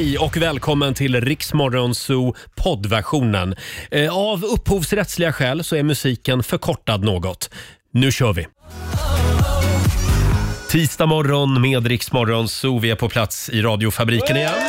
Hej och välkommen till Riksmorgon Zoo poddversionen. Av upphovsrättsliga skäl så är musiken förkortad något. Nu kör vi! Tisdag morgon med Riksmorgon Zoo. Vi är på plats i radiofabriken igen.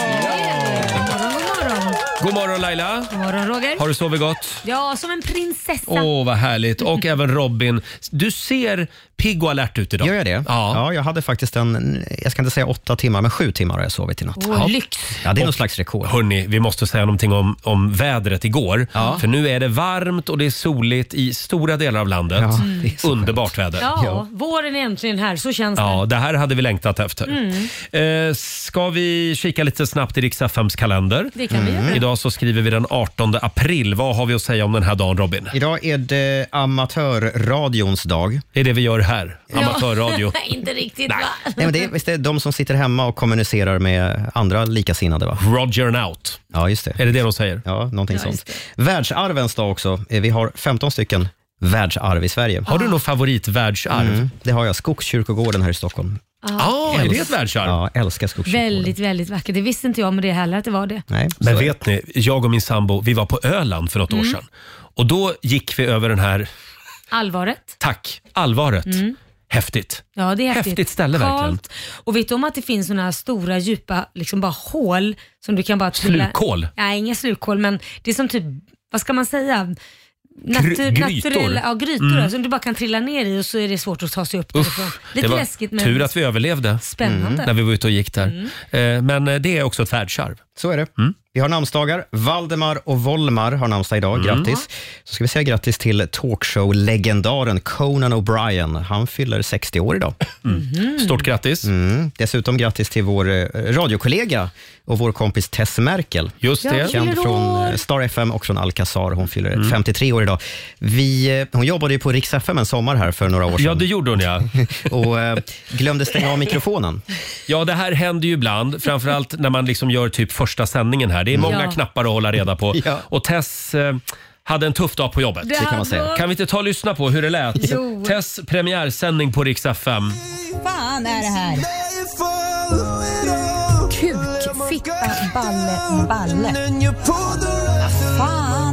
God morgon Laila. God morgon Roger. Har du sovit gott? Ja, som en prinsessa. Vad härligt. Och även Robin. Du ser pigg och alert ut idag. Gör jag det? Ja, jag hade faktiskt jag ska inte säga 8 timmar, men 7 timmar har jag sovit i natt. Lyx. Ja, det är någon slags rekord. Hörrni, vi måste säga någonting om vädret igår. Ja. För nu är det varmt och det är soligt i stora delar av landet. Ja, underbart väder. Ja, våren är äntligen här, så känns det. Ja, det här hade vi längtat efter. Ska vi kika lite snabbt i Rix FMs kalender? Det kan vi göra. Idag så skriver vi den 18 april. Vad har vi att säga om den här dagen, Robin? Idag är det amatörradions dag. Det är det vi gör här. Amatörradio. Inte riktigt, va? Nej, men visst är det de som sitter hemma och kommunicerar med andra likasinnade, va? Roger and out. Ja, just det. Är det de säger? Ja, någonting sånt. Världsarvens dag också. Vi har 15 stycken världsarv i Sverige. Har du någon favoritvärldsarv? Det har jag. Skogskyrkogården här i Stockholm. Är det ett världsarv? Ja, älskar Skogskyrkogården. Väldigt, väldigt vackert. Det visste inte jag om det heller, att det var det. Nej, men vet ni, jag och min sambo, vi var på Öland för något år sedan. Och då gick vi över den här... Allvaret. Tack, Allvaret. Häftigt. Ja, det är häftigt ställe verkligen. Och vet du om att det finns såna här stora, djupa, liksom bara hål som du kan bara trilla... Slukhål? Nej, inga slukhål, men det är som typ, vad ska man säga... Grytor? Ja, grytor som du bara kan trilla ner i och så är det svårt att ta sig upp därifrån. Lite läskigt, men tur att vi överlevde. Spännande. När vi var ute och gick där. Men det är också ett världsarv. Så är det. Vi har namnsdagar. Valdemar och Volmar har namnsdag idag. Grattis. Så ska vi säga grattis till talkshow-legendaren Conan O'Brien. Han fyller 60 år idag. Stort grattis. Dessutom grattis till vår radiokollega och vår kompis Tess Merkel. Just det. Känd från Star FM och från Alcazar. Hon fyller 53 år idag. Hon jobbade ju på Rix FM en sommar här för några år sedan. Ja, det gjorde hon, ja. Och glömde stänga av mikrofonen. Ja, det här händer ju ibland. Framförallt när man liksom gör typ första sändningen här. Det är många knappar att hålla reda på. Ja. Och Tess hade en tuff dag på jobbet. Det kan man säga. Kan vi inte ta och lyssna på hur det lät? Tess premiärsändning på Rix FM. Fan är det här? Kuk, fitta, balle. Fan.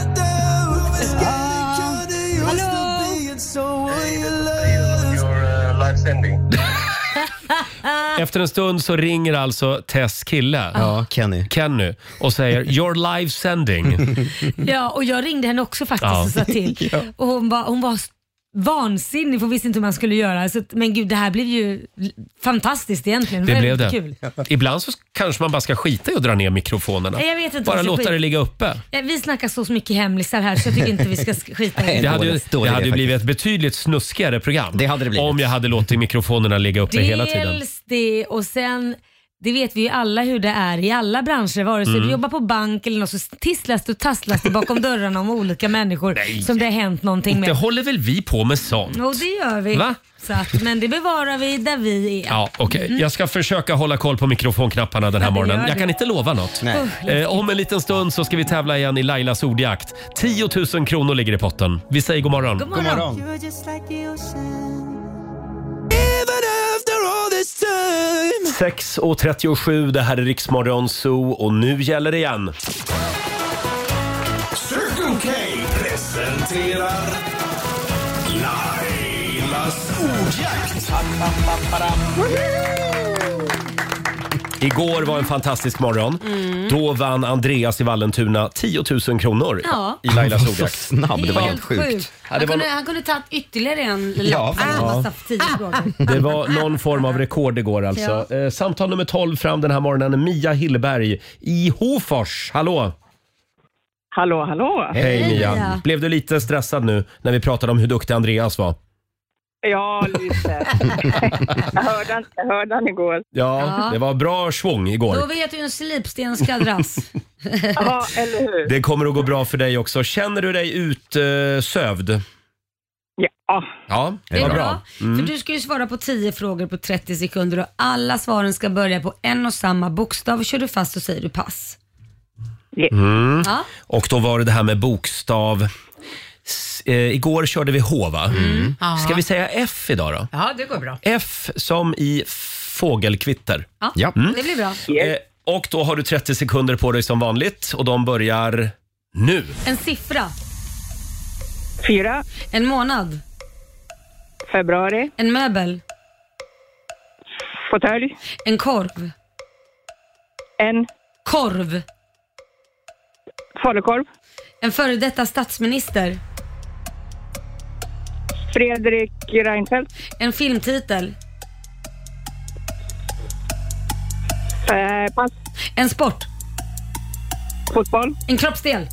Efter en stund så ringer alltså Tess kille. Ja, Kenny. Och säger your live sending. Ja, och jag ringde henne också faktiskt och sa till. Och hon var vansinnig för visste inte hur man skulle göra. Så, men gud, det här blev ju fantastiskt egentligen. Det blev det. Kul. Ibland så kanske man bara ska skita i att dra ner mikrofonerna. Jag vet inte. Bara låta det ligga uppe. Vi snackar så mycket hemlisar här så jag tycker inte vi ska skita i det. Det hade ju blivit ett betydligt snuskigare program. Det hade det blivit. Om jag hade låtit mikrofonerna ligga uppe hela tiden. Dels det och sen... Det vet vi ju alla hur det är i alla branscher. Vare sig du jobbar på bank eller något så tisslas du och tasslas du bakom dörrarna om olika människor som det har hänt någonting med. Det håller väl vi på med sånt? Och det gör vi. Va? Så att, men det bevarar vi där vi är. Ja, okej. Jag ska försöka hålla koll på mikrofonknapparna den här morgonen. Jag kan inte lova något. Om en liten stund så ska vi tävla igen i Lailas ordjakt. 10 000 kronor ligger i potten. Vi säger god morgon. God morgon. 6:37, det här är Riksmorgon Zoo och nu gäller det igen. Circle K presenterar Lailas ordjakt. Igår var en fantastisk morgon. Då vann Andreas i Vallentuna 10 000 kronor i Lailas ordjakt. Så snabb, det var helt sjukt. Han kunde ta ytterligare en lapp. Det var någon form av rekord igår alltså. Samtal nummer 12 fram den här morgonen. Mia Hillberg i Hofors. Hallå! Hallå. Hej Mia. Blev du lite stressad nu när vi pratade om hur duktig Andreas var? Ja, lite. Jag hörde han igår. Ja, det var bra svung igår. Då vet du en slipstenskadrass. Ja, eller hur? Det kommer att gå bra för dig också. Känner du dig utsövd? Ja, det är bra. För du ska ju svara på 10 frågor på 30 sekunder och alla svaren ska börja på en och samma bokstav. Kör du fast så säger du pass. Yeah. Och då var det här med bokstav. Igår körde vi H, va? Ska vi säga F idag då? Ja, det går bra. F som i fågelkvitter. Ja, det blir bra. Och då har du 30 sekunder på dig som vanligt. Och de börjar nu. En siffra. 4. En månad. Februari. En möbel. Fåtölj. En korv. En Korv. falukorv. En före detta statsminister. Fredrik Reinfeldt. En filmtitel. Pass. En sport. Fotboll. En kroppsdel.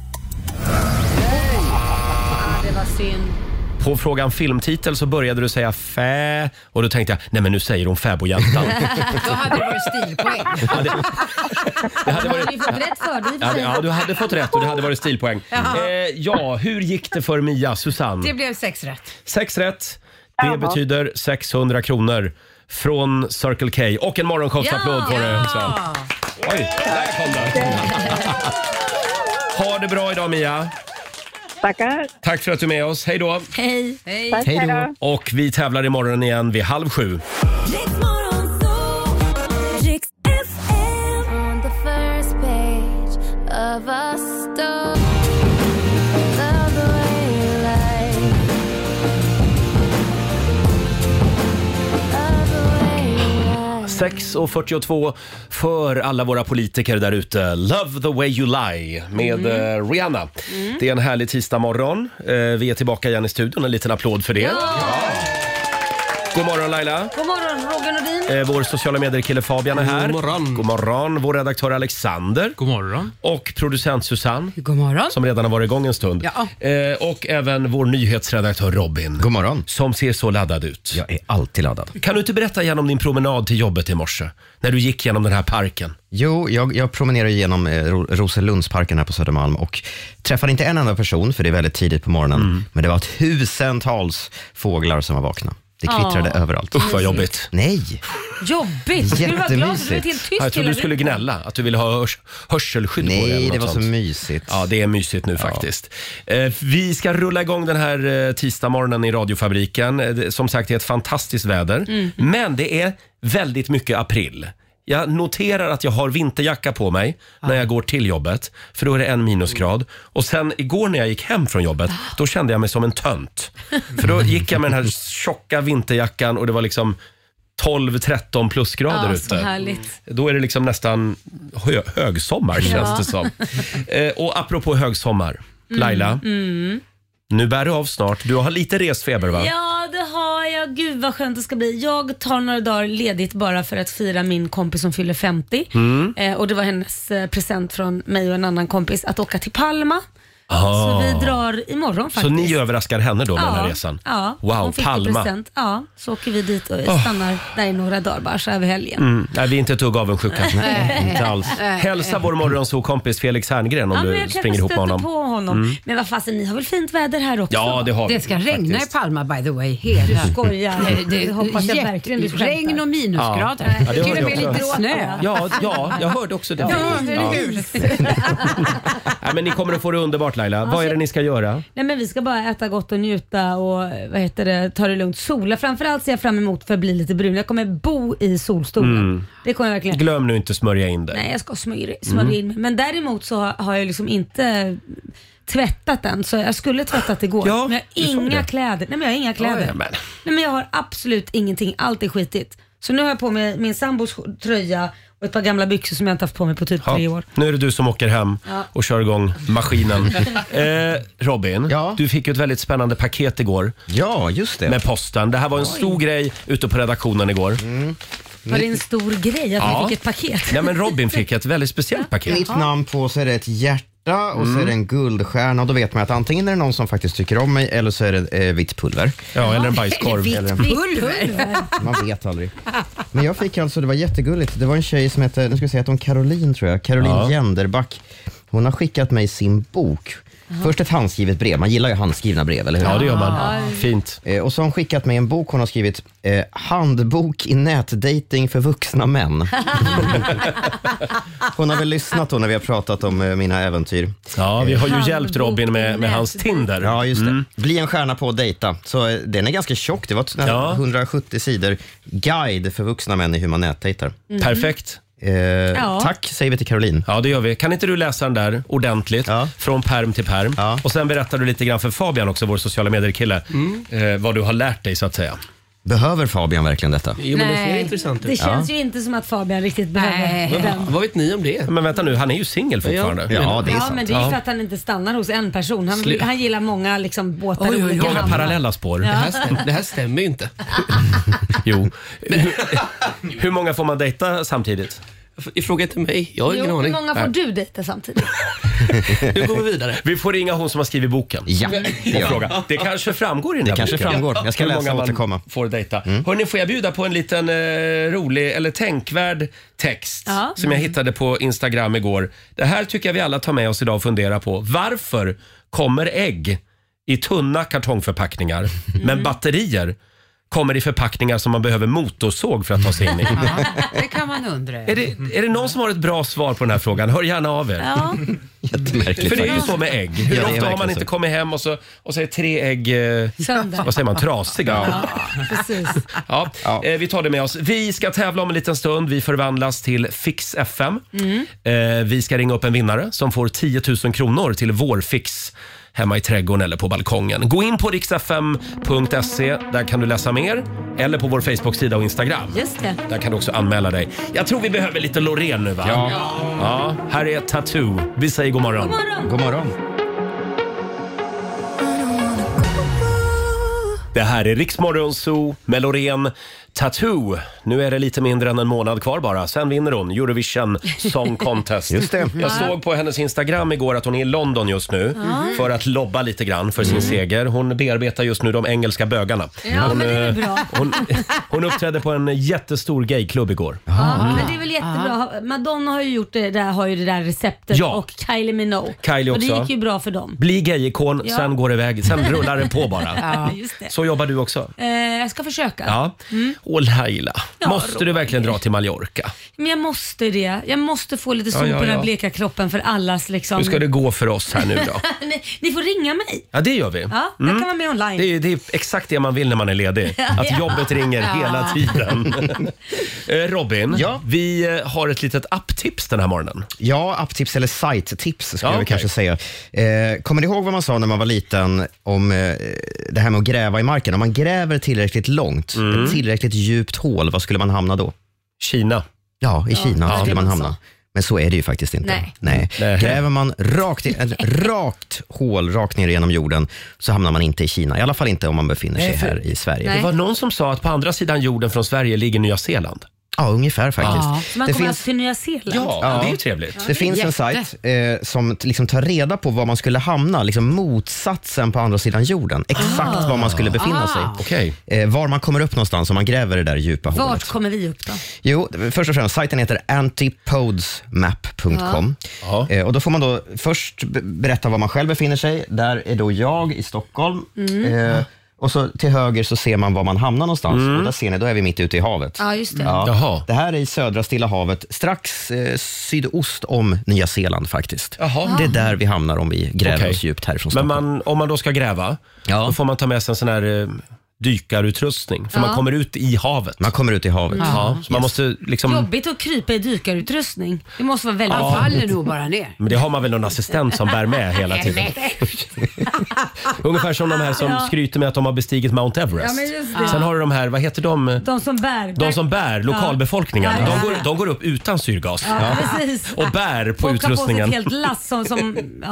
Det var synd. På frågan filmtitel så började du säga fä. Och då tänkte jag, nej men nu säger hon fäbodjäntan. Då hade det varit stilpoäng. Det hade varit... Vi fått rätt för det. Ja, du hade fått rätt och det hade varit stilpoäng. Hur gick det för Mia, Susanne? Det blev 6 rätt. 6 rätt. Det betyder 600 kronor från Circle K. Och en morgonshowsapplåd på det också. Oj, där kom det. Ha det bra idag, Mia. Tackar. Tack för att du är med oss. Hej då. Hej. Tack, Hej då. Och vi tävlar imorgon igen vid 6:30. Love 6:42 för alla våra politiker där ute. Love the way you lie med Rihanna. Det är en härlig tisdag morgon. Vi är tillbaka igen i studion. En liten applåd för det. Ja. God morgon Laila. God morgon Roger Nordin. Vår sociala medier-kille Fabian är här. God morgon. God morgon. Vår redaktör Alexander. God morgon. Och producent Susanne. God morgon. Som redan har varit igång en stund. Ja. Och även vår nyhetsredaktör Robin. God morgon. Som ser så laddad ut. Jag är alltid laddad. Kan du inte berätta genom din promenad till jobbet i morse? När du gick genom den här parken. Jo, jag promenerar genom Roselundsparken här på Södermalm och träffade inte en enda person, för det är väldigt tidigt på morgonen. Men det var tusentals fåglar som var vakna. Det kvittrade överallt. Usch vad jobbigt. Nej. Jobbigt. Skulle du vara glad? Du är helt tyst. Jag trodde du skulle gnälla att du ville ha hörselskydd på dig. Nej, det var så mysigt. Ja, det är mysigt nu faktiskt. Vi ska rulla igång den här tisdagsmorgonen i radiofabriken. Som sagt, det är ett fantastiskt väder. Men det är väldigt mycket april. Jag noterar att jag har vinterjacka på mig när jag går till jobbet. För då är det 1 minusgrad. Och sen igår när jag gick hem från jobbet, då kände jag mig som en tönt. För då gick jag med den här tjocka vinterjackan och det var liksom 12-13 plusgrader ute. Så härligt. Då är det liksom nästan högsommar känns det som. Och apropå högsommar, Laila. Nu bär du av snart. Du har lite resfeber va? Ja, det har jag. Gud vad skönt det ska bli. Jag tar några dagar ledigt bara för att fira min kompis som fyller 50. Och det var hennes present från mig och en annan kompis att åka till Palma. Så vi drar imorgon faktiskt. Så ni överraskar henne då med den här resan? Ja, wow, hon fick Palma. present. Ja, så åker vi dit och stannar där i några dagar bara så över helgen. Nej, vi är inte ett dugg avundsjuka. Inte alls. Hälsa vår morgonsokompis Felix Herngren om du springer ihop med honom. På honom. Men vad fasen, ni har väl fint väder här också? Ja, det har vi. Det ska regna faktiskt. i Palma by the way. Hela. Skojar. Det hoppas jag verkligen du skämtar. Regn och minusgrader. Ja, det Till hörde och med jag också. lite snö. Ja, jag hörde också det. Ja. Nej, men ni kommer att få det underbart Laila. Vad är det ni ska göra? Nej, men vi ska bara äta gott och njuta och ta det lugnt. Sola. Framförallt ser jag fram emot för att bli lite brun. Jag kommer bo i solstolen. Det kommer jag verkligen. Glöm nu inte smörja in det. Nej, jag ska smörja in mig. Men däremot så har jag liksom inte tvättat den. Så jag skulle tvättat igår. Ja, men jag har inga kläder. Nej, men jag har inga kläder. Oj, men. Nej, men jag har absolut ingenting. Allt är skitigt. Så nu har jag på mig min sambos tröja och ett par gamla byxor som jag inte haft på mig på typ 3 år. Nu är det du som åker hem och kör igång maskinen. Robin, du fick ju ett väldigt spännande paket igår. Ja, just det. Med posten. Det här var en stor grej ute på redaktionen igår. Var det en stor grej att vi fick ett paket? Nej, men Robin fick ett väldigt speciellt paket. Mitt namn på, så är det ett hjärta och så är det en guldstjärna. Och då vet man att antingen är det någon som faktiskt tycker om mig eller så är det vitt pulver. Ja, eller en bajskorv. Eller en... Pulver. Man vet aldrig. Men jag fick alltså, det var jättegulligt. Det var en tjej som heter, nu ska jag säga att hon Caroline tror jag. Caroline Jänderback. Hon har skickat mig sin bok. Först ett handskrivet brev. Man gillar ju handskrivna brev, eller hur? Ja, det gör man. Fint. Och så har hon skickat mig en bok. Hon har skrivit handbok i nätdating för vuxna män. Hon har väl lyssnat då när vi har pratat om mina äventyr. Ja, vi har ju hjälpt Robin med hans Tinder. Ja, just det. Bli en stjärna på att dejta. Så den är ganska tjock. Det var 170 sidor guide för vuxna män i hur man nätdejtar. Perfekt. Tack säger vi till Caroline. Ja, det gör vi. Kan inte du läsa den där ordentligt? Från perm till perm. Och sen berättar du lite grann för Fabian också, vår sociala medier-kille, vad du har lärt dig så att säga. Behöver Fabian verkligen detta? Jo, men det ser intressant ut. Det känns ju inte som att Fabian riktigt behöver den. Vad vet ni om det? Men vänta nu, han är ju singel fortfarande. Ja, det är sant. Men det är ju för att han inte stannar hos en person. Han gillar många liksom, båtar. Många parallella spår. Det här stämmer ju inte. Jo. Hur många får man dejta samtidigt? I fråga till mig, jag har ingen aning. Hur många får du dejta samtidigt? Nu går vi vidare. Vi får ringa hon som har skrivit boken. Ja, fråga. Det kanske framgår i den här boken. kanske framgår. Jag ska hur läsa många och man återkomma. får dejta. Hörrni, får jag bjuda på en liten rolig eller tänkvärd text som jag hittade på Instagram igår. Det här tycker jag vi alla tar med oss idag och funderar på. Varför kommer ägg i tunna kartongförpackningar men batterier kommer i förpackningar som man behöver motorsåg för att ta sig in i? Det kan man undra. Är det någon som har ett bra svar på den här frågan? Hör gärna av er. Ja. Jättemärkligt. För det är ju så med ägg. Hur Ja, det är ofta har man verkligen inte så. kommit hem och så är 3 ägg Sönder. vad säger man, trasiga. Precis. Ja, vi tar det med oss. Vi ska tävla om en liten stund. Vi förvandlas till Fix FM. Vi ska ringa upp en vinnare som får 10 000 kronor till vårfix hemma i trädgården eller på balkongen. Gå in på riksfm.se. Där kan du läsa mer. Eller på vår Facebook-sida och Instagram. Just det. Där kan du också anmäla dig. Jag tror vi behöver lite Loreen nu, va? Ja. Här är Tattoo. Vi säger god morgon. God morgon. Det här är Riksmorgon Zoo med Loreen. Tattoo. Nu är det lite mindre än en månad kvar bara. Sen vinner hon Eurovision Song Contest. Just det. Jag såg på hennes Instagram igår att hon är i London just nu för att lobba lite grann för sin seger. Hon bearbetar just nu de engelska bögarna. Ja, men det är väl bra. Hon uppträdde på en jättestor gayklubb igår. Men det är väl jättebra. Madonna har ju gjort det där, har ju det där receptet och Kylie Minogue. Kylie också. Och det gick ju bra för dem. Bli gay-ikon, sen går det iväg. Sen rullar den på bara. Just det. Så jobbar du också. Jag ska försöka. Ja. Och Laila, Ja, måste du verkligen dra till Mallorca? Men jag måste det. Jag måste få lite sol på den här bleka kroppen för allas liksom. Hur ska det gå för oss här nu då? Ni får ringa mig. Ja, det gör vi. Ja, jag kan vara med online. Det är exakt det man vill när man är ledig. Att jobbet ringer hela tiden. Robin, vi har ett litet apptips den här morgonen. Ja, apptips eller site-tips skulle jag kanske säga. Kommer ni ihåg vad man sa när man var liten om det här med att gräva i marken? Om man gräver tillräckligt långt, ett tillräckligt djupt hål, vad skulle man hamna då? Kina. Ja, i Kina skulle man hamna. Men så är det ju faktiskt inte. Nej. Gräver man ett rakt hål rakt ner genom jorden så hamnar man inte i Kina. I alla fall inte om man befinner sig här i Sverige. Det var någon som sa att på andra sidan jorden från Sverige ligger Nya Zeeland. Ja, ungefär faktiskt. Så man kommer till Nya Zeeland? Ja, det är ju trevligt. Det finns en sajt som liksom tar reda på var man skulle hamna, liksom motsatsen på andra sidan jorden. Exakt var man skulle befinna sig. Okej. Var man kommer upp någonstans om man gräver det där djupa hålet. Vart kommer vi upp då? Jo, först och främst, sajten heter antipodesmap.com. Och då får man då först berätta var man själv befinner sig. Där är då jag i Stockholm. Och så till höger så ser man var man hamnar någonstans. Och där ser ni, då är vi mitt ute i havet. Ja, just det. Jaha. Det här är i södra Stilla havet, strax sydost om Nya Zeeland faktiskt. Jaha. Det är där vi hamnar om vi gräver oss djupt härifrån Stockholm. Men om man då ska gräva, då får man ta med sig en sån här dykarutrustning. För man kommer ut i havet. Man kommer ut i havet. Så man måste liksom... Jobbigt att krypa i dykarutrustning. Det måste vara väldigt Man faller nog bara ner. Men det har man väl någon assistent som bär med hela tiden. Ungefär som de här som skryter med att de har bestigit Mount Everest. Ja, men just det. Sen har du de här, vad heter de? De som bär. De som bär, lokalbefolkningen. De går upp utan syrgas. Precis. Och bär på och utrustningen. Och helt lass som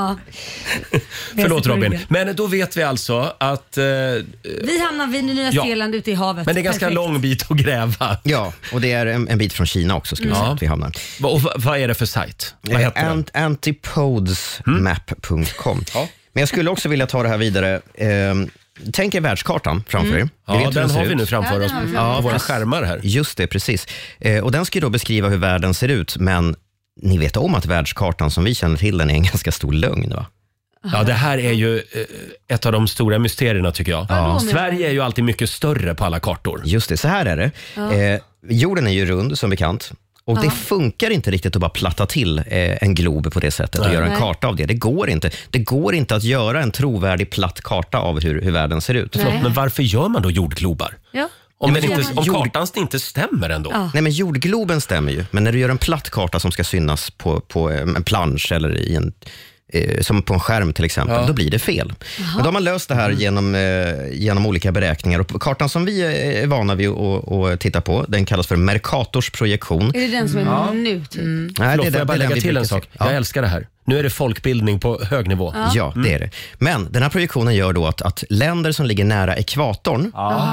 Förlåt Robin. Men då vet vi alltså att... vi hamnar vid Nya Zeeland ute i havet. Men det är ganska lång bit att gräva. Ja, och det är en bit från Kina också skulle jag säga att vi hamnar. Och vad är det för sajt? Vad heter den? Antipodesmap.com. Men jag skulle också vilja ta det här vidare. Tänk er världskartan framför er. Ja, den har vi nu framför oss på våra skärmar här. Just det, precis. Och den ska ju då beskriva hur världen ser ut, men ni vet om att världskartan som vi känner till den är en ganska stor lögn, va? Ja, det här är ju ett av de stora mysterierna tycker jag. Sverige är ju alltid mycket större på alla kartor. Just det, så här är det. Jorden är ju rund som bekant. Och det funkar inte riktigt att bara platta till en glob på det sättet och göra en karta av det. Det går inte. Det går inte att göra en trovärdig platt karta av hur världen ser ut. Förlåt, men varför gör man då jordglobar? Ja. Om kartan inte stämmer ändå. Ja. Nej, men jordgloben stämmer ju. Men när du gör en platt karta som ska synas på en plansch eller i en, som på en skärm till exempel, då blir det fel. Men då har man löst det här genom olika beräkningar. Och kartan som vi är vana vid att titta på, den kallas för Mercators projektion. Är det den som är nu? Typ? Nej, Förlåt, får jag bara lägga till en sak? Jag älskar det här. Nu är det folkbildning på hög nivå. Ja, det är det. Men den här projektionen gör då att länder som ligger nära ekvatorn,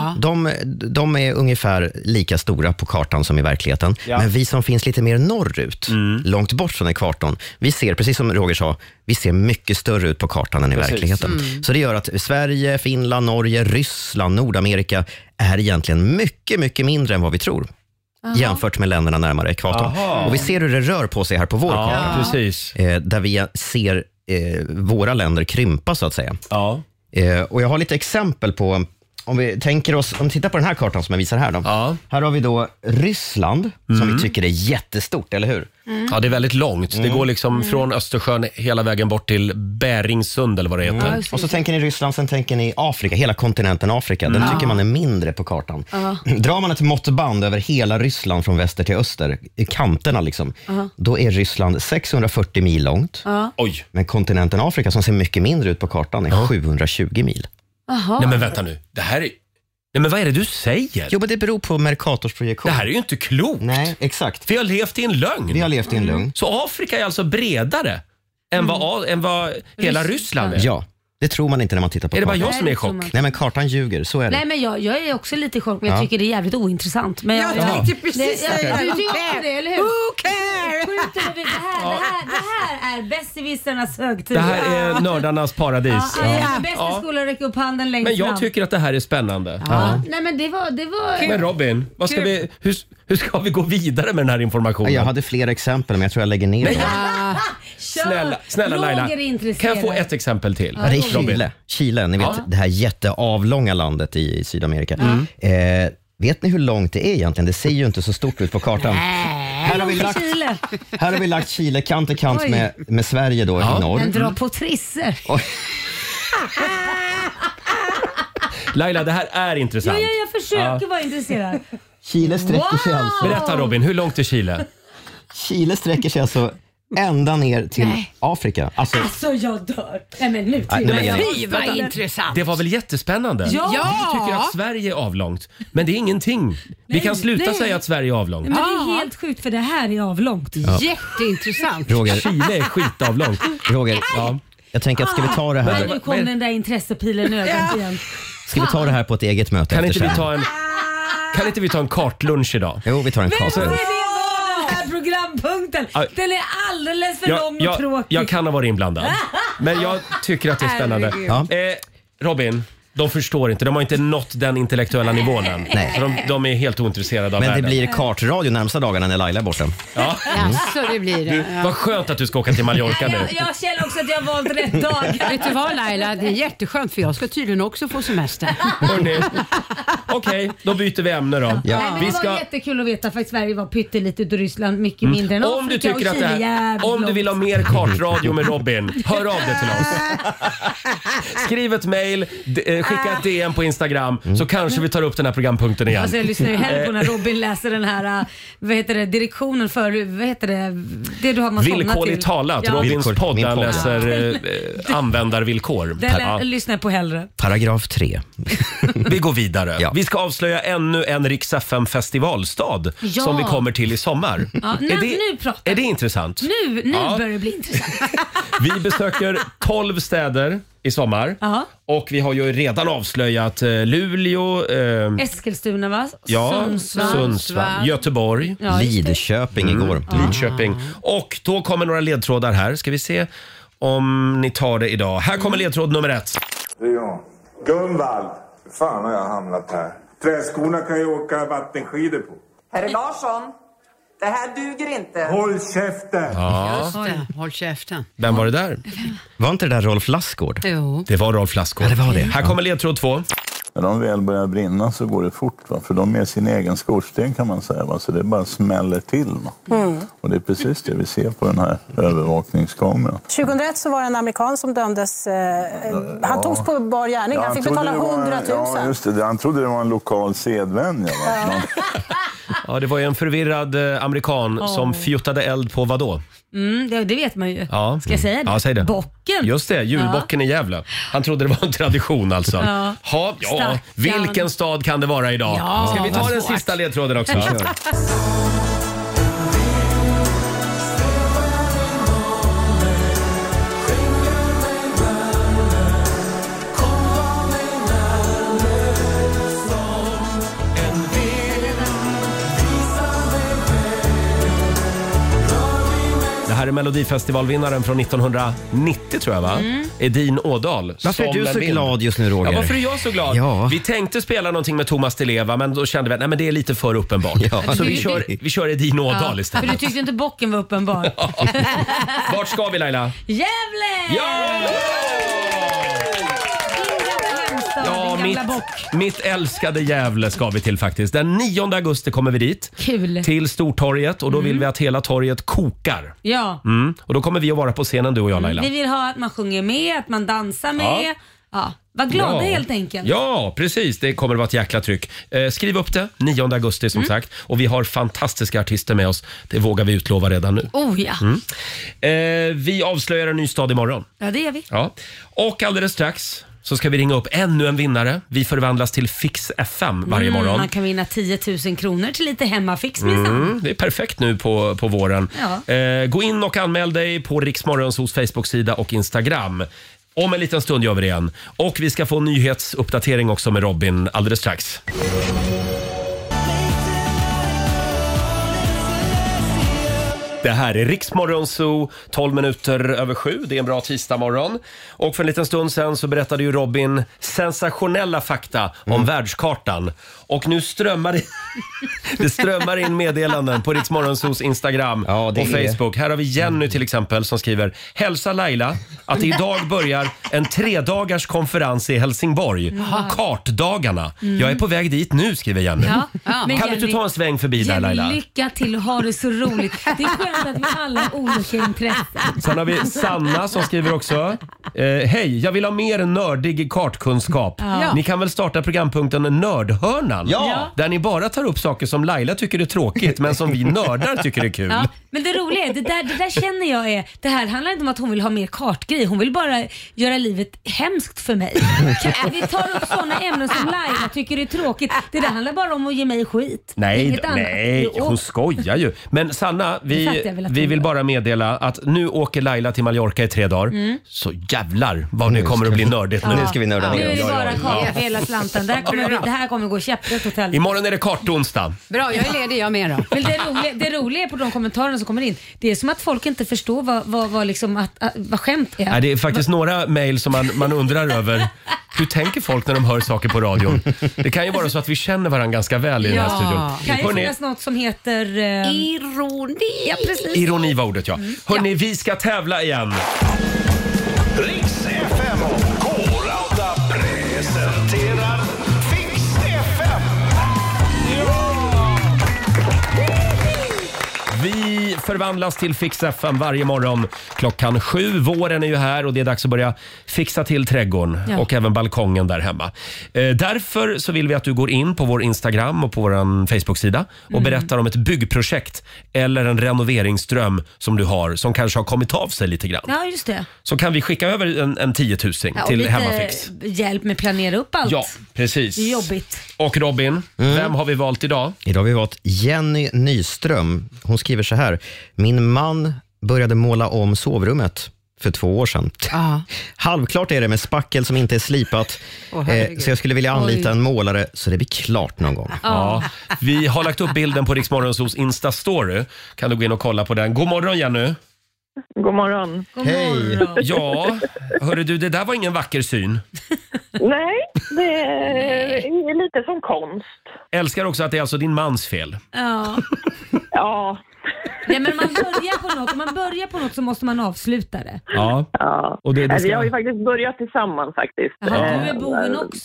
de är ungefär lika stora på kartan som i verkligheten. Ja. Men vi som finns lite mer norrut, långt bort från ekvatorn, vi ser, precis som Roger sa, vi ser mycket större ut på kartan än i verkligheten. Så det gör att Sverige, Finland, Norge, Ryssland, Nordamerika är egentligen mycket, mycket mindre än vad vi tror. Jämfört med länderna närmare ekvatorn. Och vi ser hur det rör på sig här på vår karta. Precis. Där vi ser våra länder krympa så att säga. Och jag har lite exempel på, om vi tittar på den här kartan som jag visar här då. Här har vi då Ryssland som vi tycker är jättestort, eller hur? Ja, det är väldigt långt. Det går liksom från Östersjön hela vägen bort till Bäringsund eller vad det heter. Och så tänker ni Ryssland, sen tänker ni Afrika, hela kontinenten Afrika. Den tycker man är mindre på kartan. Drar man ett måttband över hela Ryssland från väster till öster, i kanterna liksom, då är Ryssland 640 mil långt. Oj. Men kontinenten Afrika, som ser mycket mindre ut på kartan, är 720 mil. Nej men vänta nu, det här är... Nej men vad är det du säger? Jo, men det beror på Mercators projektion. Det här är ju inte klokt. Nej, exakt. Vi har levt i en lögn. Vi har levt i en lögn. Så Afrika är alltså bredare än vad hela Ryssland är? Ja, det tror man inte när man tittar på kartan. Är det bara jag Nej, som är i det tror chock? man. Nej, men kartan ljuger, så är det. Nej, men jag är också lite i chock, men jag tycker det är jävligt ointressant. Men Jag tänkte precis du tycker det, eller hur? Who cares? Det här är bässerwissernas högtid. Det här är nördarnas paradis. Bästa skolan räcker upp handen längst Men jag fram. tycker att det här är spännande. Nej, men det var... Men Robin, hur ska vi gå vidare med den här informationen? Jag hade fler exempel, men jag tror jag lägger ner dem. Snälla Laila, kan jag få ett exempel till? Ja, det är Chile, ni vet, det här jätteavlånga landet i Sydamerika. Vet ni hur långt det är egentligen? Det ser ju inte så stort ut på kartan. Här har vi lagt Chile kant i kant med Sverige då i norr. Den drar på trisser. Laila, det här är intressant. Ja, jag försöker vara intresserad. Chile sträcker sig alltså... Berätta Robin, hur långt är Chile? Chile sträcker sig alltså ända ner till Afrika. Alltså jag dör. Nej, men nu Fy, vad intressant. Det var väl jättespännande? Ja. Du tycker att Sverige är avlångt. Men det är ingenting. Vi kan sluta säga att Sverige är avlångt. Men det är helt sjukt, för det här är avlångt. Jätteintressant. Roger, Chile är skitavlångt. Roger, jag tänker att ska vi ta det här... Nu kom den där intressepilen ögat igen. Ska vi ta det här på ett eget möte? Kan inte vi ta en kartlunch idag? Jo, vi tar en kart. Den här programpunkten, den är alldeles för lång och tråkig. Jag kan ha varit inblandad. Men jag tycker att det är spännande. Robin, de förstår inte. De har inte nått den intellektuella nivån än. Nej. Så de är helt ointresserade av Men världen. det blir kartradio närmsta dagarna när Laila är borta. Ja. Så det blir det. Vad skönt att du ska åka till Mallorca nu. Jag känner också att jag har valt rätt dag. Vet du vad Laila, det är jätteskönt för jag ska tydligen också få semester. Okej, då byter vi ämne då. Ja. Nej, men det var jättekul att veta, för att Sverige var pyttelite och Ryssland mycket mindre än Om du Afrika tycker och att Chile. om du vill ha mer kartradio med Robin, hör av dig till oss. Skriv ett mejl, skicka ett DM på Instagram, så kanske vi tar upp den här programpunkten igen. Alltså jag lyssnar ju hellre på när Robin läser den här direktionen för, det du har man villkorligt talat, Robins podd min podd, läser användarvillkor. Den lyssnar jag på hellre. Paragraf 3. Vi går vidare. Ja. Vi ska avslöja ännu en Rix FM festivalstad som vi kommer till i sommar. Ja, nu pratar är det intressant? Nu börjar det bli intressant. Vi besöker 12 städer i sommar. Och vi har ju redan avslöjat Luleå, Eskilstuna, va? Sundsvall, Göteborg, Lidköping igår. Lidköping. Och då kommer några ledtrådar här. Ska vi se om ni tar det idag. Här kommer ledtråd nummer 1. Gunvald, fan har jag hamnat här. Träskorna kan ju åka vattenskidor på. Herr Larsson, det här duger inte. Håll käften! Just det, håll käften. Vem var det där? Var inte det där Rolf Lassgård? Jo. Det var Rolf Lassgård. Ja, det var det. Här kommer ledtråd 2. när de väl börjar brinna så går det fort. Va? För de är sin egen skorsten kan man säga. Va? Så det bara smäller till. Och det är precis det vi ser på den här övervakningskameran. 2001 så var det en amerikan som dömdes. Han togs på bar gärning. Han fick betala 100 000. Ja, just det. Han trodde det var en lokal sedvänja. Ja, det var ju en förvirrad amerikan som fjuttade eld på vad då? Det vet man ju. Ja. Ska jag säga det? Ja, säg det. Bocken. Just det, julbocken i Gävle. Han trodde det var en tradition alltså. Ja, vilken stad kan det vara idag? Ja, ska vi ta den sista ledtråden också? Det här är Melodifestivalvinnaren från 1990 tror jag va? Edin Ådahl. Varför är du så glad just nu, Roger? Ja, varför är jag så glad? Ja. Vi tänkte spela någonting med Thomas Di Leva men då kände vi att det är lite för uppenbart. Så vi kör Edin Ådahl istället. För du tyckte inte bocken var uppenbar. Vart ska vi Laila? Gävle! Ja! Ja, mitt älskade Gävle ska vi till faktiskt. Den 9 augusti kommer vi dit. Kul. Till Stortorget och då vill vi att hela torget kokar. Ja. Och då kommer vi att vara på scenen du och jag Laila. Vi vill ha att man sjunger med, att man dansar med. Ja. Var glada helt enkelt. Ja, precis. Det kommer att vara ett jäkla tryck. Skriv upp det, 9 augusti som sagt. Och vi har fantastiska artister med oss. Det vågar vi utlova redan nu. Oh ja. Vi avslöjar en ny stad imorgon. Ja, det gör vi. Ja. Och alldeles strax så ska vi ringa upp ännu en vinnare. Vi förvandlas till Fix FM varje morgon. Man kan vinna 10 000 kronor till lite hemmafix. Det är perfekt nu på våren. Ja. Gå in och anmäl dig på Rix Morgonzos Facebook-sida och Instagram. Om en liten stund gör vi det igen. Och vi ska få en nyhetsuppdatering också med Robin alldeles strax. Det här är Rix Morgonzoo, 12 minuter över 7. Det är en bra tisdagmorgon. Och för en liten stund sen så berättade ju Robin sensationella fakta om världskartan. Och nu det strömmar in meddelanden på Rix Morgonzoos Instagram och Facebook. Här har vi Jenny till exempel som skriver: hälsa Laila att idag börjar en 3-dagars konferens i Helsingborg. Kartdagarna. Jag är på väg dit nu, skriver Jenny. Kan du inte ta en sväng förbi där Laila? Lycka till och ha det så roligt. Det är skönt att vi alla har olika intressen. Sen har vi Sanna som skriver också: hej, jag vill ha mer nördig kartkunskap. Ni kan väl starta programpunkten Nördhörnan? Där ni bara tar upp saker som Laila tycker är tråkigt men som vi nördar tycker är kul. Ja, men det roliga är, det där känner jag är, det här handlar inte om att hon vill ha mer kartgrej. Hon vill bara göra livet hemskt för mig. Vi tar upp sådana ämnen som Laila tycker är tråkigt. Det där handlar bara om att ge mig skit. Nej, hon skojar ju. Men Sanna, vi vill bara meddela att nu åker Laila till Mallorca i 3 dagar. Så jävlar vad det kommer att bli nördigt nu. Nu ska vi nörda ner. Nu är det bara karta för hela slanten. Det här kommer gå käpprätt åt helvete. Imorgon är det kartonsdag. Bra, jag är ledig, jag med då. Men det roliga är på de kommentarerna som kommer in. Det är som att folk inte förstår vad skämt är. Nej, det är faktiskt några mejl som man undrar över. Hur tänker folk när de hör saker på radion? Det kan ju vara så att vi känner varandra ganska väl i den här studion. Kan ju finnas något som heter ironi. Ja, precis. Ironi var ordet, ja. Hörrni, vi ska tävla igen. Rix FM och K-Rauta presenterar Fix FM. Vi förvandlas till Fix FM varje morgon klockan 7. Våren är ju här och det är dags att börja fixa till trädgården och även balkongen där hemma. Därför så vill vi att du går in på vår Instagram och på vår Facebook-sida och berättar om ett byggprojekt eller en renoveringsdröm som du har som kanske har kommit av sig lite grann. Ja, just det. Så kan vi skicka över en 10 000 till Hemmafix. Hjälp med att planera upp allt. Ja, precis. Det är jobbigt. Och Robin, vem har vi valt idag? Idag har vi valt Jenny Nyström. Hon skriver så här: min man började måla om sovrummet för 2 år sedan. Halvklart är det med spackel som inte är slipat. Så jag skulle vilja anlita en målare så det blir klart någon gång. Ja, vi har lagt upp bilden på Rix Morgonzos Insta-story. Kan du gå in och kolla på den. God morgon Jenny. God morgon. Hej. Ja, hörru du, det där var ingen vacker syn. Nej, det är lite som konst. Älskar också att det är alltså din mans fel. Ja. Ja. Ja, men man börjar på något så måste man avsluta det. Ja. Ja. Och det Vi har ju faktiskt börjat tillsammans faktiskt. Jaha, du är boven också.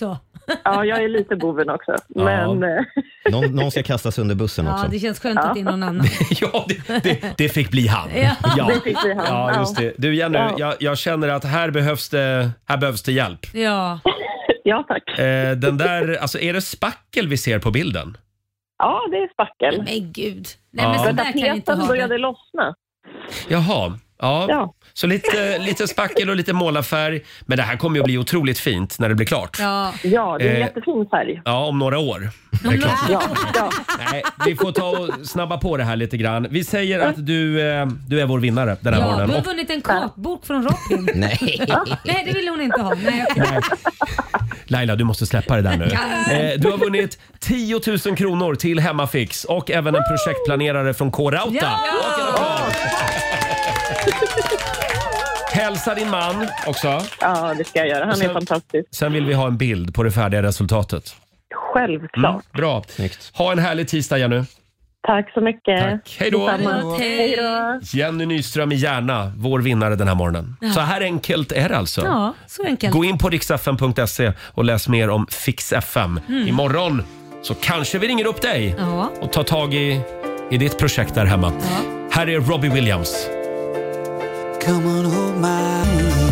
Ja, jag är lite boven också. Ja. Men... Någon ska kastas under bussen också. Ja, det känns skönt att det är någon annan. Ja, det fick bli han. Ja. Det fick bli han. Ja, just det. Du Jenny, jag känner att här behövs det hjälp. Ja. Ja, tack. Den där, alltså är det spackel vi ser på bilden? Ja, det är spackel. Men gud. Nej, men så där kan jag inte ha började det. lossna. Jaha. Ja. Ja. Så lite spackel och lite målarfärg. Men det här kommer ju att bli otroligt fint när det blir klart. Ja, Ja, det är en jättefin färg. Ja, om några år. Det är klart. Ja, ja. Nej, vi får ta och snabba på det här lite grann. Vi säger att du är vår vinnare den här ja, morgonen. du har vunnit en kakbok från Robin. Nej. Nej, det ville hon inte ha. Nej, okej. Nej. Laila, du måste släppa det där nu. Du har vunnit 10 000 kronor till Hemmafix och även en projektplanerare från K-Rauta. Ja! Hälsa din man också. Ja, det ska jag göra. Han är fantastisk. Sen vill vi ha en bild på det färdiga resultatet. Självklart. Bra. Snyggt. Ha en härlig tisdag, Jenny. Tack så mycket. Tack. Hej då. Detsamma. Hej då. Jenny Nyström i Järna, vår vinnare den här morgonen. Så här enkelt är det alltså. Ja, så enkelt. Gå in på riksfm.se och läs mer om Fix FM. Imorgon så kanske vi ringer upp dig och tar tag i ditt projekt där hemma. Här är Robbie Williams. Come on, hold my hand.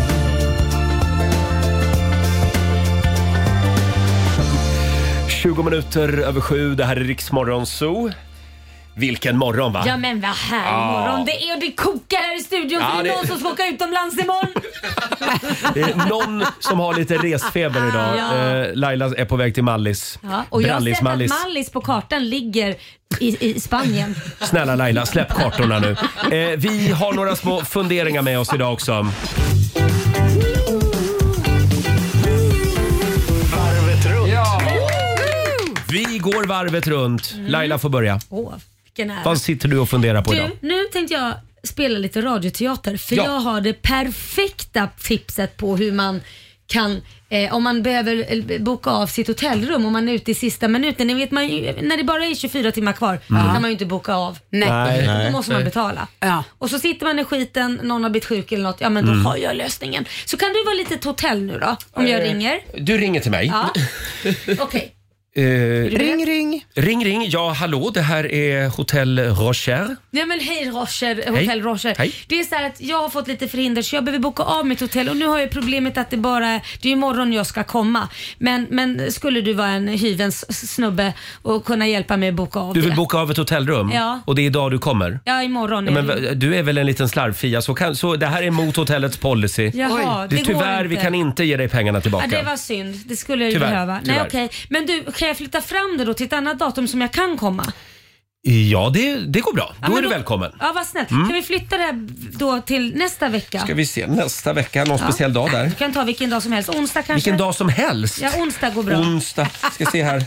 20 minuter över 7, det här är Riksmorgon Zoo. Vilken morgon, va? Ja, men vad här morgon det är och det kokar här i studion för det är någon som ska åka utomlands imorgon. Det är någon som har lite resfeber idag. Laila är på väg till Mallis. Ja, och jag har sett Mallis. att Mallis på kartan ligger i Spanien. Snälla Laila, släpp kartorna nu. Vi har några små funderingar med oss idag också. Varvet runt. Ja. Vi går varvet runt. Laila får börja. Vilken ära. Vad sitter du och funderar på idag? Nu tänkte jag spela lite radioteater för jag har det perfekta tipset på hur man kan, om man behöver boka av sitt hotellrum om man är ute i sista minuten. Ni vet man, när det bara är 24 timmar kvar då kan man ju inte boka av. Nej. Då måste man betala. Ja. Och så sitter man i skiten, någon har blivit sjuk eller något. Ja, men då har jag lösningen. Så kan du vara lite ett hotell nu då, om jag ringer? Du ringer till mig. Ja. Okej. Ring. Ja, hallå, det här är Hotell Rocher. Nej men hej Rocher, Hotell Rocher. Hej. Det är så här att jag har fått lite förhinder så jag behöver boka av mitt hotell och nu har jag problemet att det är imorgon jag ska komma. Men skulle du vara en hyvens snubbe och kunna hjälpa mig att boka av Du vill det? boka av ett hotellrum? Ja. Och det är idag du kommer? Ja, imorgon. Men du är väl en liten slarvfia, så det här är mot hotellets policy. Jaha, det går tyvärr, inte. vi kan inte ge dig pengarna tillbaka. Ja, det var synd. Det skulle jag ju Tyvärr, behöva. tyvärr. Nej, okej. Men du, kan jag flytta fram det då till ett annat datum som jag kan komma? Ja, det går bra. Då är du välkommen. Ja, vad snällt. Kan vi flytta det här då till nästa vecka? Ska vi se, nästa vecka, någon speciell dag där? Du kan ta vilken dag som helst. Onsdag kanske? Vilken dag som helst? Ja, onsdag går bra. Onsdag, ska se här.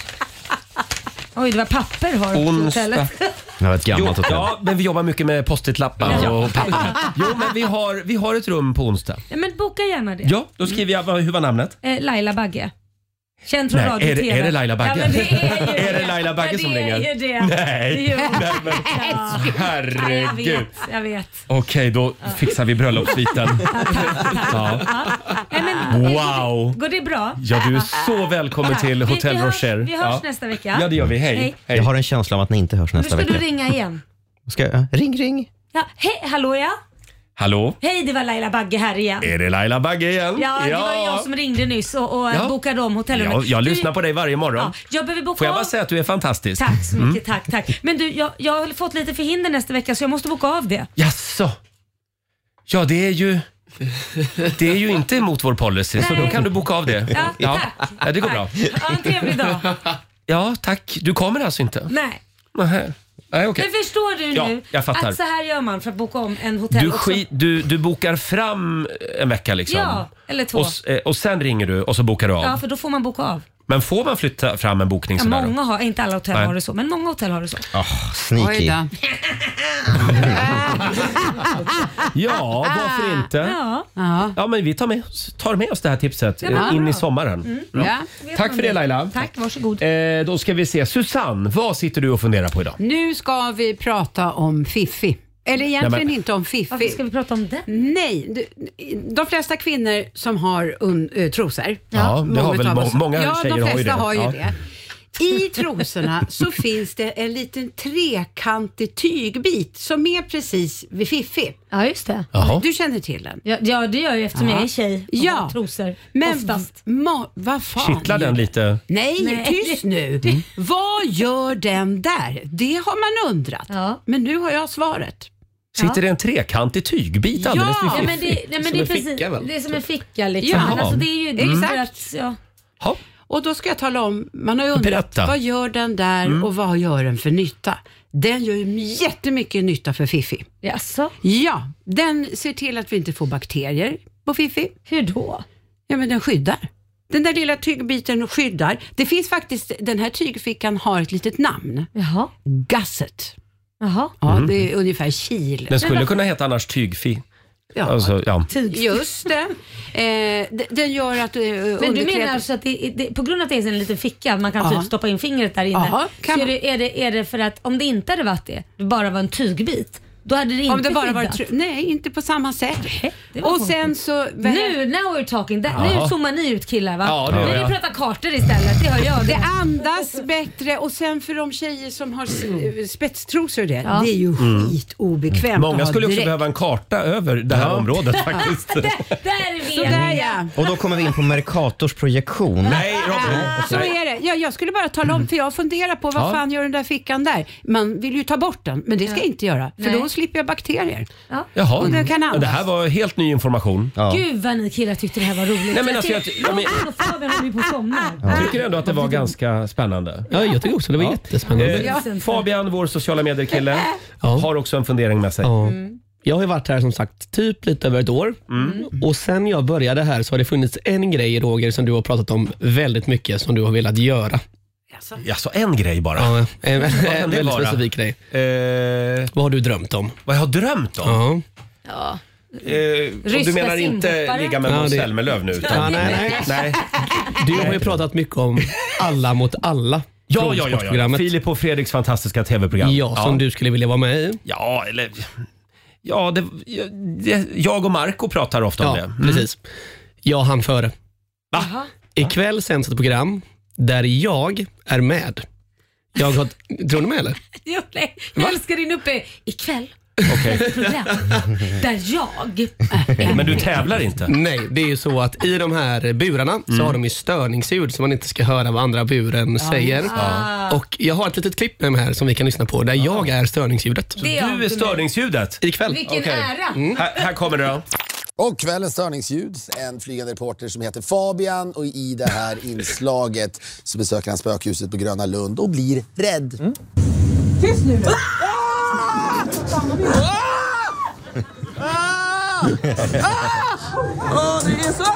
Oj, det var papper har du på Onsdag. hotellet. Det var ett gammalt hotell. Ja, men vi jobbar mycket med post-it-lappar och papper. Jo, men vi har ett rum på onsdag. Ja, men boka gärna det. Ja, då skriver jag, hur var namnet? Laila Bagge. Känd från Nej, radio och TV. är det Laila Bagge? Ja, men det är ju Är det Laila Bagge som ringer? Det är ju det. Nej, Jo. nej men herregud. Jag vet. Okej, då fixar vi bröllopssviten. Ja. Nej, men, Wow. Går det bra? Ja, du är så välkommen till Hotell Rocher. Vi hörs nästa vecka. Ja, det gör vi. Hej. Jag har en känsla om att ni inte hörs Nu nästa ska vecka. du ringa igen. Ring. Ja, hej, hallå ja. Hallå? Hej, det var Laila Bagge här igen. Är det Laila Bagge igen? Ja, det var jag som ringde nyss och bokade om hotellrummet. Jag lyssnar på dig varje morgon. Ja, jag behöver boka Får jag bara av. säga att du är fantastisk? Tack så mycket, tack. Men du, jag har fått lite förhinder nästa vecka så jag måste boka av det. Jaså? Ja, det är ju inte emot vår policy, så då kan du boka av det. Ja, tack. Ja, det går bra. Ha en trevlig dag. Ja, tack. Du kommer alltså inte? Nej. Nej, okej. Men förstår du nu jag fattar. att så här gör man för att boka om en hotell också? Du bokar fram en vecka liksom? Ja, eller 2. Och sen ringer du och så bokar du av? Ja, för då får man boka av. Men får man flytta fram en bokning sådär då? Många har, inte alla hotell har det så, men många hotell har det så. Sneaky. Ja, varför inte? Ja, men vi tar med oss det här tipset in i sommaren. Ja. Tack för det Laila. Tack, varsågod. Då ska vi se. Susanne, vad sitter du och funderar på idag? Nu ska vi prata om Fiffi. Eller egentligen inte om Fiffi. Varför ska vi prata om det? Nej, de flesta kvinnor som har trosor. Ja, det har väl många tjejer de flesta har ju det. I trosorna så finns det en liten trekantig tygbit som är precis vid Fiffi. Ja, just det. Jaha. Du känner till den? Ja, det gör jag eftersom jag är tjej och har trosor. Men oftast. Vad fan? Kittlar den lite? Nej, tyst nu. Vad gör den där? Det har man undrat. Ja. Men nu har jag svaret. Sitter det en trekantig tygbit alldeles vid Ja, Fiffi? men det är precis. Det är som en ficka liksom. Ja. Men alltså, det är ju Exakt. Ja. Och då ska jag tala om, man har ju undrat, vad gör den där och vad gör den för nytta? Den gör ju jättemycket nytta för Fiffi. Jaså? Ja, den ser till att vi inte får bakterier på Fiffi. Hur då? Ja, men den skyddar. Den där lilla tygbiten skyddar. Det finns faktiskt, den här tygfickan har ett litet namn. Jaha. Gusset. Jaha. Ja, det är ungefär kil. Den skulle kunna heta annars tygfi. Ja, alltså, just det. Den gör att men du menar alltså att det, på grund av att det är en liten ficka, man kan typ stoppa in fingret där inne. Aha, så är det för att om det inte hade varit det bara var en tygbit, då hade det inte om det bara skyddat. Nej, inte på samma sätt. Och konstigt. Sen så... Now we're talking. Nu zoomar ni ut killar, va? Ja, det nu pratar kartor istället, det hör jag. Det andas bättre och sen för de tjejer som har spetstrosor det är ju skitobekvämt. Många skulle också behöva en karta över det här området faktiskt. Där är vi. Sådär ja. Och då kommer vi in på Mercators projektion. Nej, så är det. Jag skulle bara tala om, för jag funderar på vad fan gör den där fickan där. Man vill ju ta bort den, men det ska jag inte göra. För då slipper jag bakterier. Jaha, och det, kan det här var helt ny information. Gud vad ni killar tyckte det här var roligt. Nej, men alltså, jag tycker ändå att det var ganska spännande. Ja, jag tycker också det var jättespännande. Fabian, vår sociala medier-kille, har också en fundering med sig. Ja. Jag har ju varit här som sagt typ lite över ett år. Och sen jag började här så har det funnits en grej, Roger, som du har pratat om väldigt mycket, som du har velat göra. Alltså en grej bara? Ja, en väldigt specifik grej. Vad har du drömt om? Vad jag har drömt om? Ja. Du menar inte ligga med Måns Zelmerlöw nu? Nej. Du har ju pratat mycket om Alla mot alla. Ja. Filip och Fredriks fantastiska tv-program. Ja, som du skulle vilja vara med i. Ja, eller... Ja, jag och Marco pratar ofta om det. Precis. Jag hann före. Va? Ikväll sänds ett program där jag är med. Tror ni med eller? Jag älskar din uppe ikväll. Okej. Program där jag Men du tävlar inte? Nej, det är ju så att i de här burarna så har de ju störningsljud så man inte ska höra vad andra buren säger. Och jag har ett litet klipp med mig här som vi kan lyssna på där jag är störningsljudet. Så du är störningsljudet? Ikväll. Vilken ära. Här kommer det då. Och kvällens störningsljud, en flygande reporter som heter Fabian, och i det här inslaget så besöker han spökhuset på Gröna Lund och blir rädd. Tyst nu då! Det är så!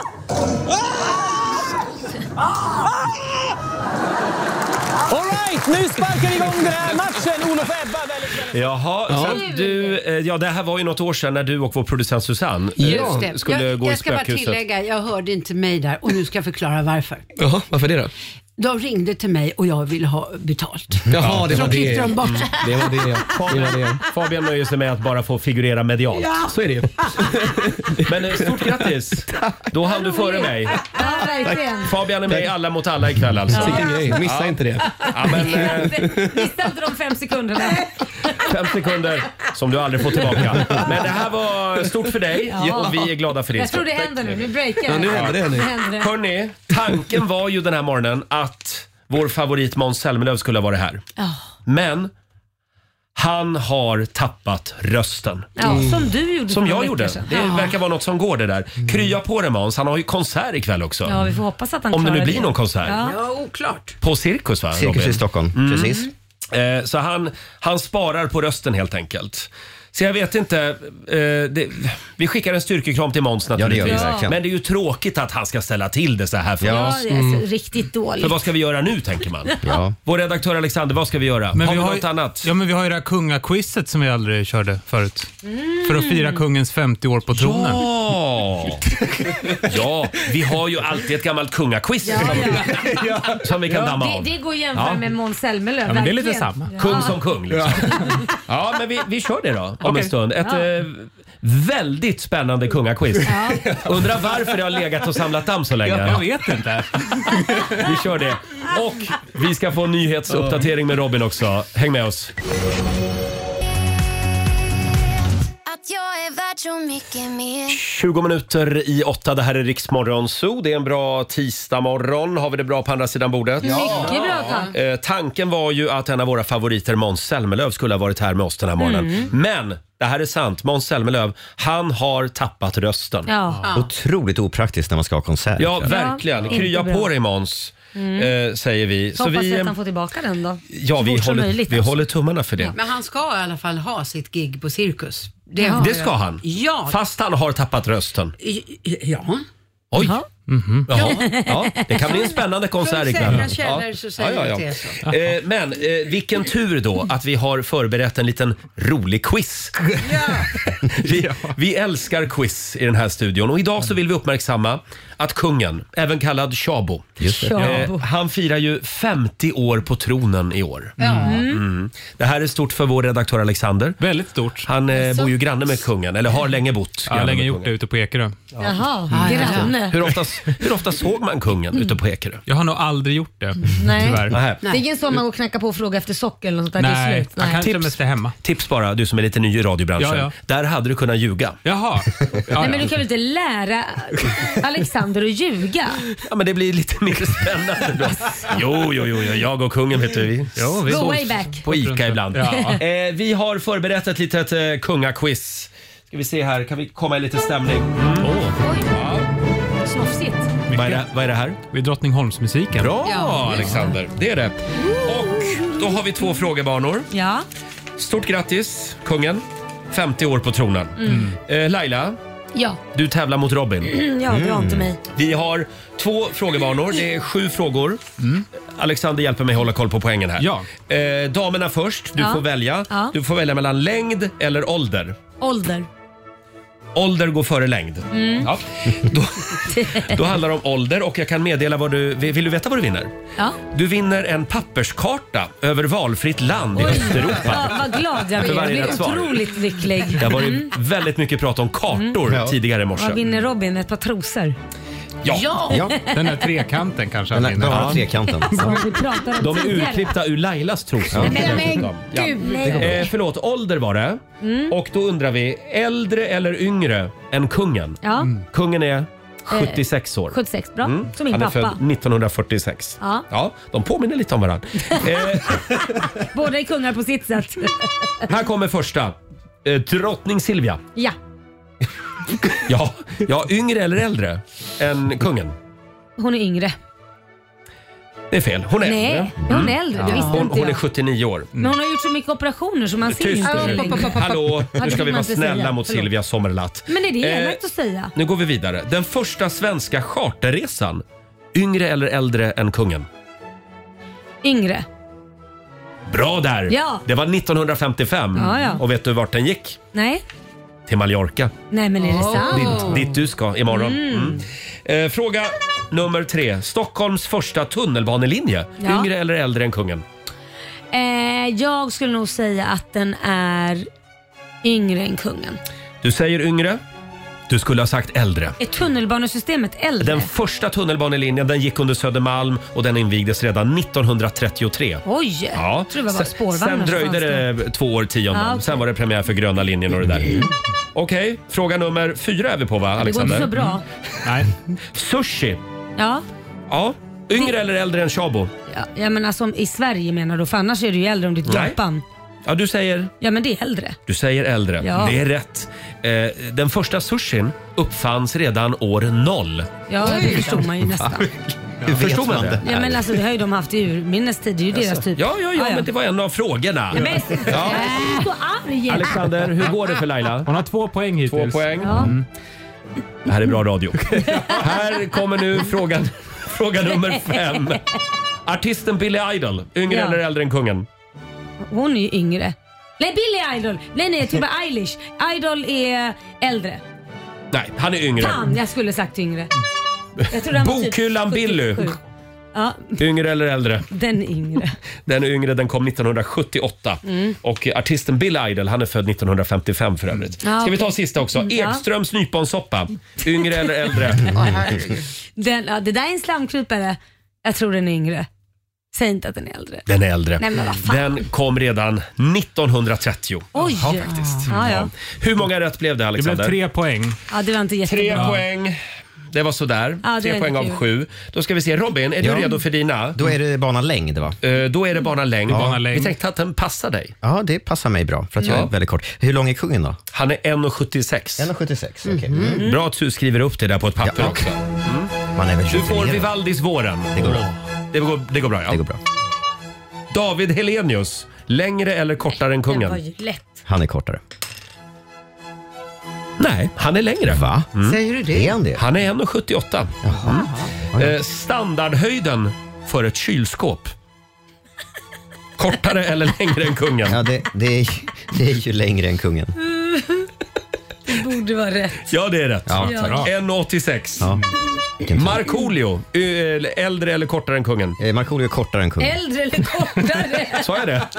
All right, nu sparkar vi igång den här matchen. Olof Ebba. Jaha, så det här var ju något år sedan när du och vår producent Susanne skulle gå i spökhuset. Jag ska bara tillägga, jag hörde inte mig där och nu ska jag förklara varför. Jaha, varför det då? De ringde till mig och jag ville ha betalt. Jaha, det var det. Klippte de bort. Det var det. Fabian nöjer sig med att bara få figurera medialt. Ja. Så är det ju. Men stort grattis. Då hann du före mig. Ja, verkligen. Fabian är med i Alla mot alla ikväll alltså. Vilken grej, missa inte det. Ja, men, missa inte de 5 sekunderna. 5 sekunder som du aldrig får tillbaka. Men det här var stort för dig och vi är glada för din Jag tror det händer nu breakar. Ja, nu händer det. Hörrni, tanken var ju den här morgonen att vår favorit Måns Zelmerlöw skulle vara här. Men han har tappat rösten. Ja, som du gjorde. Som jag gjorde. Det verkar vara något som går det där. Krya på det, Måns. Han har ju konsert ikväll också. Ja, vi får hoppas att han om det klarar nu blir någon konsert. Ja, oklart. På Cirkus, va? Cirkus i Stockholm, precis. Så han sparar på rösten helt enkelt. Så jag vet inte, vi skickar en styrkekram till Måns naturligtvis. Ja, det gör vi verkligen. Men det är ju tråkigt att han ska ställa till det så här för Ja, oss. det är så riktigt dåligt. För vad ska vi göra nu, tänker man? Vår redaktör Alexander, vad ska vi göra? Men har vi har något annat? Ja, men vi har ju det här kungaquizet som vi aldrig körde förut. För att fira kungens 50 år på tronen. Ja, vi har ju alltid ett gammalt kungaquiz som vi kan damma av. Det går att jämföra med Måns Zelmerlöw. Ja, men det är lite samma. Kung som kung liksom. Ja, men vi kör det då om en stund. Ett väldigt spännande kungaquiz. Undrar varför det har legat och samlat damm så länge. Jag vet inte. Vi kör det. Och vi ska få en nyhetsuppdatering med Robin också. Häng med oss. Jag är värd så mycket mer. 20 minuter i 8, det här är Rix Morgon Zoo. Det är en bra tisdagmorgon. Har vi det bra på andra sidan bordet? Mycket bra. Tanken var ju att en av våra favoriter, Måns Zelmerlöw, skulle ha varit här med oss den här morgonen. Men det här är sant. Måns Zelmerlöw, han har tappat rösten. Otroligt opraktiskt när man ska ha konsert. Ja, verkligen. Krya på dig, Måns. Säger vi. Så hoppas att han får tillbaka den då. Ja, vi håller tummarna för det. Men han ska i alla fall ha sitt gig på Cirkus. Det ska han. Ja. Fast han har tappat rösten. Ja. Oj. Ja, det kan bli en spännande konsert ikväll. Men vilken tur då att vi har förberett en liten rolig quiz. Vi älskar quiz i den här studion och idag så vill vi uppmärksamma att kungen, även kallad Tjabo, han firar ju 50 år på tronen i år. Det här är stort för vår redaktör Alexander. Väldigt stort. Han bor ju granne med kungen, eller har länge bott. Ja, länge gjort det ute på Ekerö. Jaha, granne. Hur ofta såg man kungen ute på Ekerö? Jag har nog aldrig gjort det. Nej. Tyvärr. Det är ingen så man går och knackar på och frågar efter socker eller något där. Nej, slut. man kanske mest är hemma. Tips bara, du som är lite ny i radiobranschen. Ja. Där hade du kunnat ljuga. Jaha. Nej, men du kan väl inte lära Alexander att ljuga? Ja, men det blir lite mer spännande då. Jo, jag och kungen vet du. Vi Go way back. På Ica ibland. Vi har förberett ett litet kungaquiz. Ska vi se här, kan vi komma i lite stämning? Snofsigt. Vad är det här? Vid Drottningholmsmusiken. Bra, Alexander. Det är det. Och då har vi 2 frågebanor. Ja. Stort grattis, kungen. 50 år på tronen. Laila, Ja. du tävlar mot Robin. Ja, dra inte mig. Vi har 2 frågebanor. Det är 7 frågor. Alexander hjälper mig hålla koll på poängen här. Ja. Damerna först. Du får välja. Ja. Du får välja mellan längd eller ålder. Ålder. Ålder går före längd. Ja. Då handlar det om ålder och jag kan meddela vad du... Vill du veta vad du vinner? Ja. Du vinner en papperskarta över valfritt land i Östeuropa. Ja, vad glad jag blir. Jag blir otroligt lycklig. Det har varit väldigt mycket prat om kartor tidigare i morse. Vad vinner Robin? Ett par trosor. Ja. Den där trekanten kanske. Den här trekanten. De är utklippta ur Lailas trosor. Förlåt, ålder var det. Och då undrar vi, äldre eller yngre än kungen? Ja. Kungen är 76 år. 76, bra. Som min Han är pappa. född 1946. Ja, de påminner lite om varandra. Båda är kungar på sitt sätt. Här kommer första. Drottning Silvia. Ja. Ja, yngre eller äldre än kungen? Hon är yngre. Det är fel. Hon är äldre. Nej, hon är äldre. Det visste inte Hon är jag. 79 år. Men hon har gjort så mycket operationer som man ser Tyst inte. nu. Hallå, nu ska vi vara inte snälla säga. mot Förlåt. Silvia Sommerlath. Men är det elakt att säga? Nu går vi vidare. Den första svenska charterresan. Yngre eller äldre än kungen? Yngre. Bra där! Ja. Det var 1955. Ja. Och vet du vart den gick? Nej. Till Mallorca. Nej, men är det sant? Dit du ska imorgon. Fråga nummer 3. Stockholms första tunnelbanelinje. Ja. Yngre eller äldre än kungen? Jag skulle nog säga att den är yngre än kungen. Du säger yngre. Du skulle ha sagt äldre. Är tunnelbanesystemet äldre? Den första tunnelbanelinjen den gick under Södermalm och den invigdes redan 1933. Oj, Ja. tror det var spårvagnar. Sen dröjde det 2 årtionden. Ja, okay. Sen var det premiär för gröna linjen och det där. Okej, fråga nummer 4 är vi på, va, Alexander? Det går inte så bra. Nej. Sushi. Ja. Ja, yngre eller äldre än Tjabo? Ja, men alltså i Sverige menar du, för annars är du ju äldre om du är i Japan. Ja, du säger? Ja, men det är äldre. Du säger äldre. Ja. Det är rätt. Den första sushin uppfanns redan år 0. Ja, det förstår man ju nästan. Förstår man det? Ja, men alltså det har ju de haft i urminnes tid. Det är ju deras typ. Ja, men det var en av frågorna. Ja, men, jag är så arg. Alexander, hur går det för Laila? Hon har 2 poäng hittills. 2 poäng. Ja. Det här är bra radio. Här kommer nu fråga nummer 5. Artisten Billy Idol, yngre eller äldre än kungen? Hon är ju yngre. Nej, Billy Idol. Nej, jag tror bara Eilish. Idol är äldre. Nej, han är yngre. Fan, jag skulle sagt yngre. Jag tror han var Bokhyllan typ Billy. Ja. Yngre eller äldre? Den är yngre. Den är yngre, den kom 1978. Och artisten Bill Idol, han är född 1955 för övrigt. Ska vi ta sista också? Ekströms nyponsoppa. Yngre eller äldre? Det där är en slamkrypare. Jag tror den är yngre. Säg inte att den är äldre. Den är äldre. Nej, men vad fan. Den kom redan 1930. Oj! Ja, faktiskt. Ja. Hur många rätt blev det, Alexander? Det blev 3 poäng. Ja, det var inte jättebra. 3 poäng. Det var sådär. Ja, 3 poäng av 7. Då ska vi se. Robin, är du redo för dina? Då är det bana längd, va? Då är det bana längd. Bana längd. Vi tänkte att den passar dig. Ja, det passar mig bra, för att jag är väldigt kort. Hur lång är kungen då? Han är 1,76. 1,76, okej. Bra att du skriver upp det där på ett papper också. Man är väl Du får 29. Vivaldis Våren. Det går bra. Det går bra, ja. Det går bra. David Hellenius. Längre eller kortare än Det var kungen? ju lätt. Han är kortare. Nej, han är längre. Va? Säger du det? Är han det? Han är 1,78. Standardhöjden för ett kylskåp. Kortare eller längre än kungen? Ja, det är ju längre än kungen. Det borde vara rätt. Ja, det är rätt. Ja, tack. 1,86. Ja. Markoolio. Äldre eller kortare än kungen? Markoolio är kortare än kungen. Äldre eller kortare? Så är det.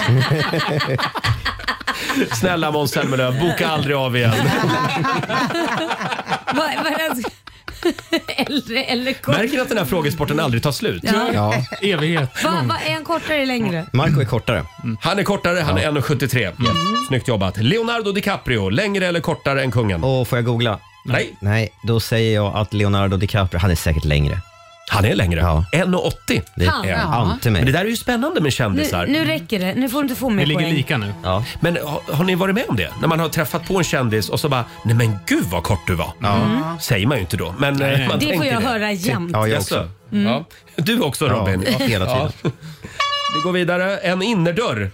Snälla Måns Zelmerlöw, boka aldrig av igen. Äldre eller kortare? Märker att den här frågesporten aldrig tar slut? Ja. Evighet. Vad är en kortare eller längre? Marco är kortare. Han är kortare, han är 1,73. Snyggt jobbat. Leonardo DiCaprio, längre eller kortare än kungen? Och får jag googla? Nej. Nej, då säger jag att Leonardo DiCaprio, han är säkert längre. Han är längre. Ja. 1,80. Det är ante mig. Men det där är ju spännande med kändisar. Nu räcker det. Nu får du inte få mer Det poäng. ligger lika nu. Ja. Men har ni varit med om det? När man har träffat på en kändis och så bara, nej men gud vad kort du var. Säger man ju inte då. Men man Det får tänker jag det. höra jämt. Ja, jag Jaså? också. Ja. Du också Robin. Ja, hela tiden. Ja. Vi går vidare. En innerdörr.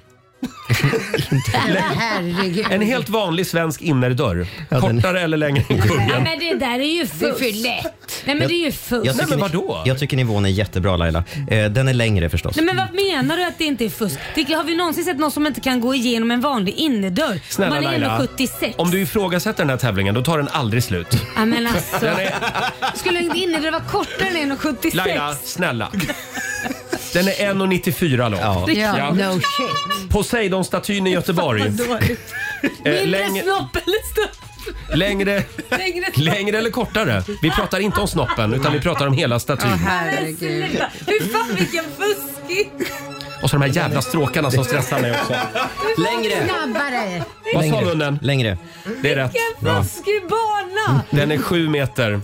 Herregud. En helt vanlig svensk innerdörr. Kortare eller längre än kungen? Nej, men det där är ju fusk. Det är för lätt. Nej, men det är ju fusk. Nej, men vadå? Jag tycker nivån är jättebra, Laila. Den är längre förstås. Nej, men vad menar du att det inte är fusk? Har vi någonsin sett någon som inte kan gå igenom en vanlig innerdörr? Snälla man är Laila, 1,76. om du ifrågasätter den här tävlingen då tar den aldrig slut. Ja, men alltså. Den är... Skulle en innerdörr vara kortare än 1,76? Laila, snälla. Den är 1,94 lång. Ja, no shit. Poseidon-statyn i Göteborg. Mindre snopp eller större? Längre eller kortare? Vi pratar inte om snoppen utan vi pratar om hela statyn. Herregud. Hur fan vilken fuskig. Och så de här jävla stråkarna som stressar mig också. Längre! Snabbare. Vad sa munnen? Längre. Det är rätt. Vilken fuskig bana. Den är 7 meter.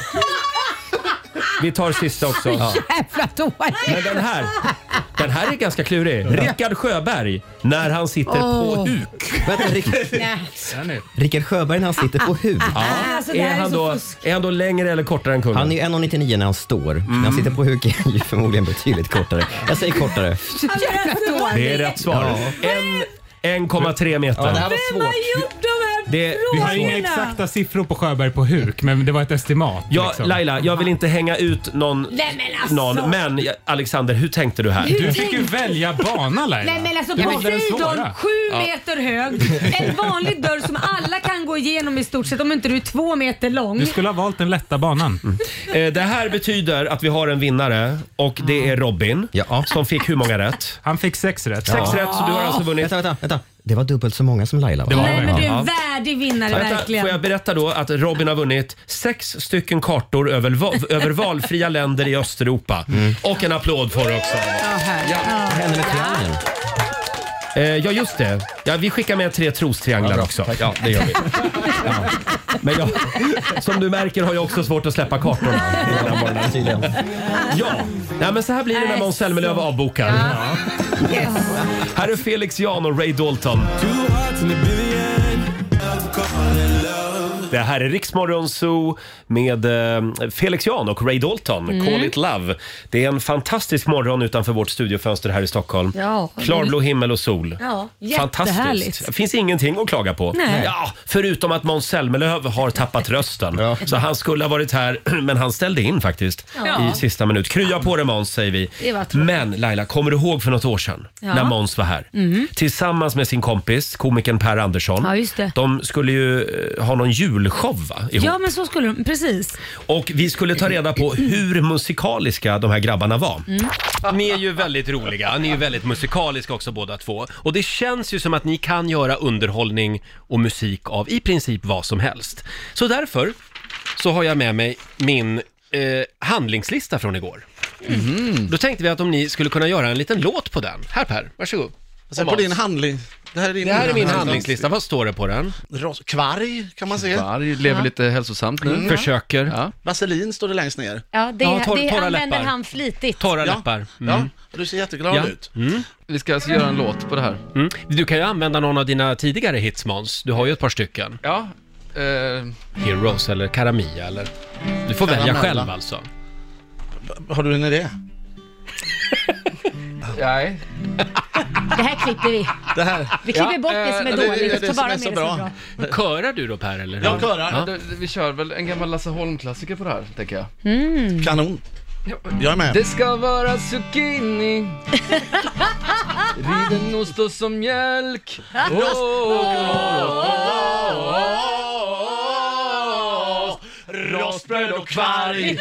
Vi tar sista också. Jävla dåligt. Men den här är ganska klurig. Rickard Sjöberg när han sitter på huk. Vänta, Rickard Sjöberg när han sitter på huk. Ja. Alltså, Är han då längre eller kortare än kungen? Han är ju 1,99 när han står. När han sitter på huk är han ju förmodligen betydligt kortare. Jag säger kortare. Det är rätt svar. 1,3 meter. Ja, det här var Vem har svårt. gjort de här Vi har inga exakta siffror på Sjöberg på huk, men det var ett estimat. Ja, liksom. Laila, jag vill inte hänga ut någon. Men Alexander, hur tänkte du här? Du fick ju välja bana, Laila. Nej, men alltså Det var den Poseidon, svåra. 7 meter hög. En vanlig dörr som alla kan gå igenom i stort sett om inte du är 2 meter lång. Du skulle ha valt den lätta banan. Det här betyder att vi har en vinnare och det är Robin som fick hur många rätt? Han fick 6 rätt. 6 rätt, så du har alltså vunnit. Vänta. Det var dubbelt så många som Laila. Det var Nej, det. men du är Ja. en värdig vinnare verkligen. Får jag berätta då att Robin har vunnit 6 stycken kartor över valfria länder i Östeuropa. Och en applåd för det också. Vad hände med triangeln? Ja, just det. Ja, vi skickar med 3 trostrianglar också. Ja, det gör vi. Ja. Men som du märker har jag också svårt att släppa kartorna. Ja, men så här blir det när Måns Zelmerlöw avbokar. Yes. Här är Felix Jan och Ray Dalton. Det här är Riksmorgon Zoo med Felix Jan och Ray Dalton. Call it love. Det är en fantastisk morgon utanför vårt studiofönster här i Stockholm. Ja. Klarblå himmel och sol. Ja, Fantastiskt. Det finns ingenting att klaga på. Nej. Ja, förutom att Måns Zelmerlöw har tappat rösten. Så han skulle ha varit här, men han ställde in faktiskt i sista minut. Krya på det, Måns, säger vi. Men Laila, kommer du ihåg för något år sedan när Måns var här? Tillsammans med sin kompis, komikern Per Andersson. Ja, just det. De skulle ju ha någon julshow, va? Ihop. Ja, men så skulle de, precis. Och vi skulle ta reda på hur musikaliska de här grabbarna var. Ni är ju väldigt roliga, ni är ju väldigt musikaliska också båda två. Och det känns ju som att ni kan göra underhållning och musik av i princip vad som helst. Så därför så har jag med mig min handlingslista från igår. Då tänkte vi att om ni skulle kunna göra en liten låt på den. Här Per, varsågod. Sen på din handling. Det här är min handlingslista. Vad står det på den? Kvarg kan man se. Kvarg lever lite hälsosamt nu. Försöker. Ja. Vaselin står det längst ner. Ja, det torra använder läppar. han flitigt. Torra läppar. Ja, du ser jätteglad ut. Vi ska alltså göra en låt på det här. Du kan ju använda någon av dina tidigare hits, Måns. Du har ju ett par stycken. Ja. Heroes eller Karamia eller... Du får välja själv alltså. Har du en idé? Nej. Det här klipper vi. Vi klipper bort det som är dåligt. Det bara som är så bra. Körar du då, Per? Eller? Jag körar. Ja. Vi kör väl en gammal Lasse Holm-klassiker på det här, tänker jag. Kanon. Jag är med. Det ska vara zucchini. Riden ost och som mjölk. Rostbröd och kvarg.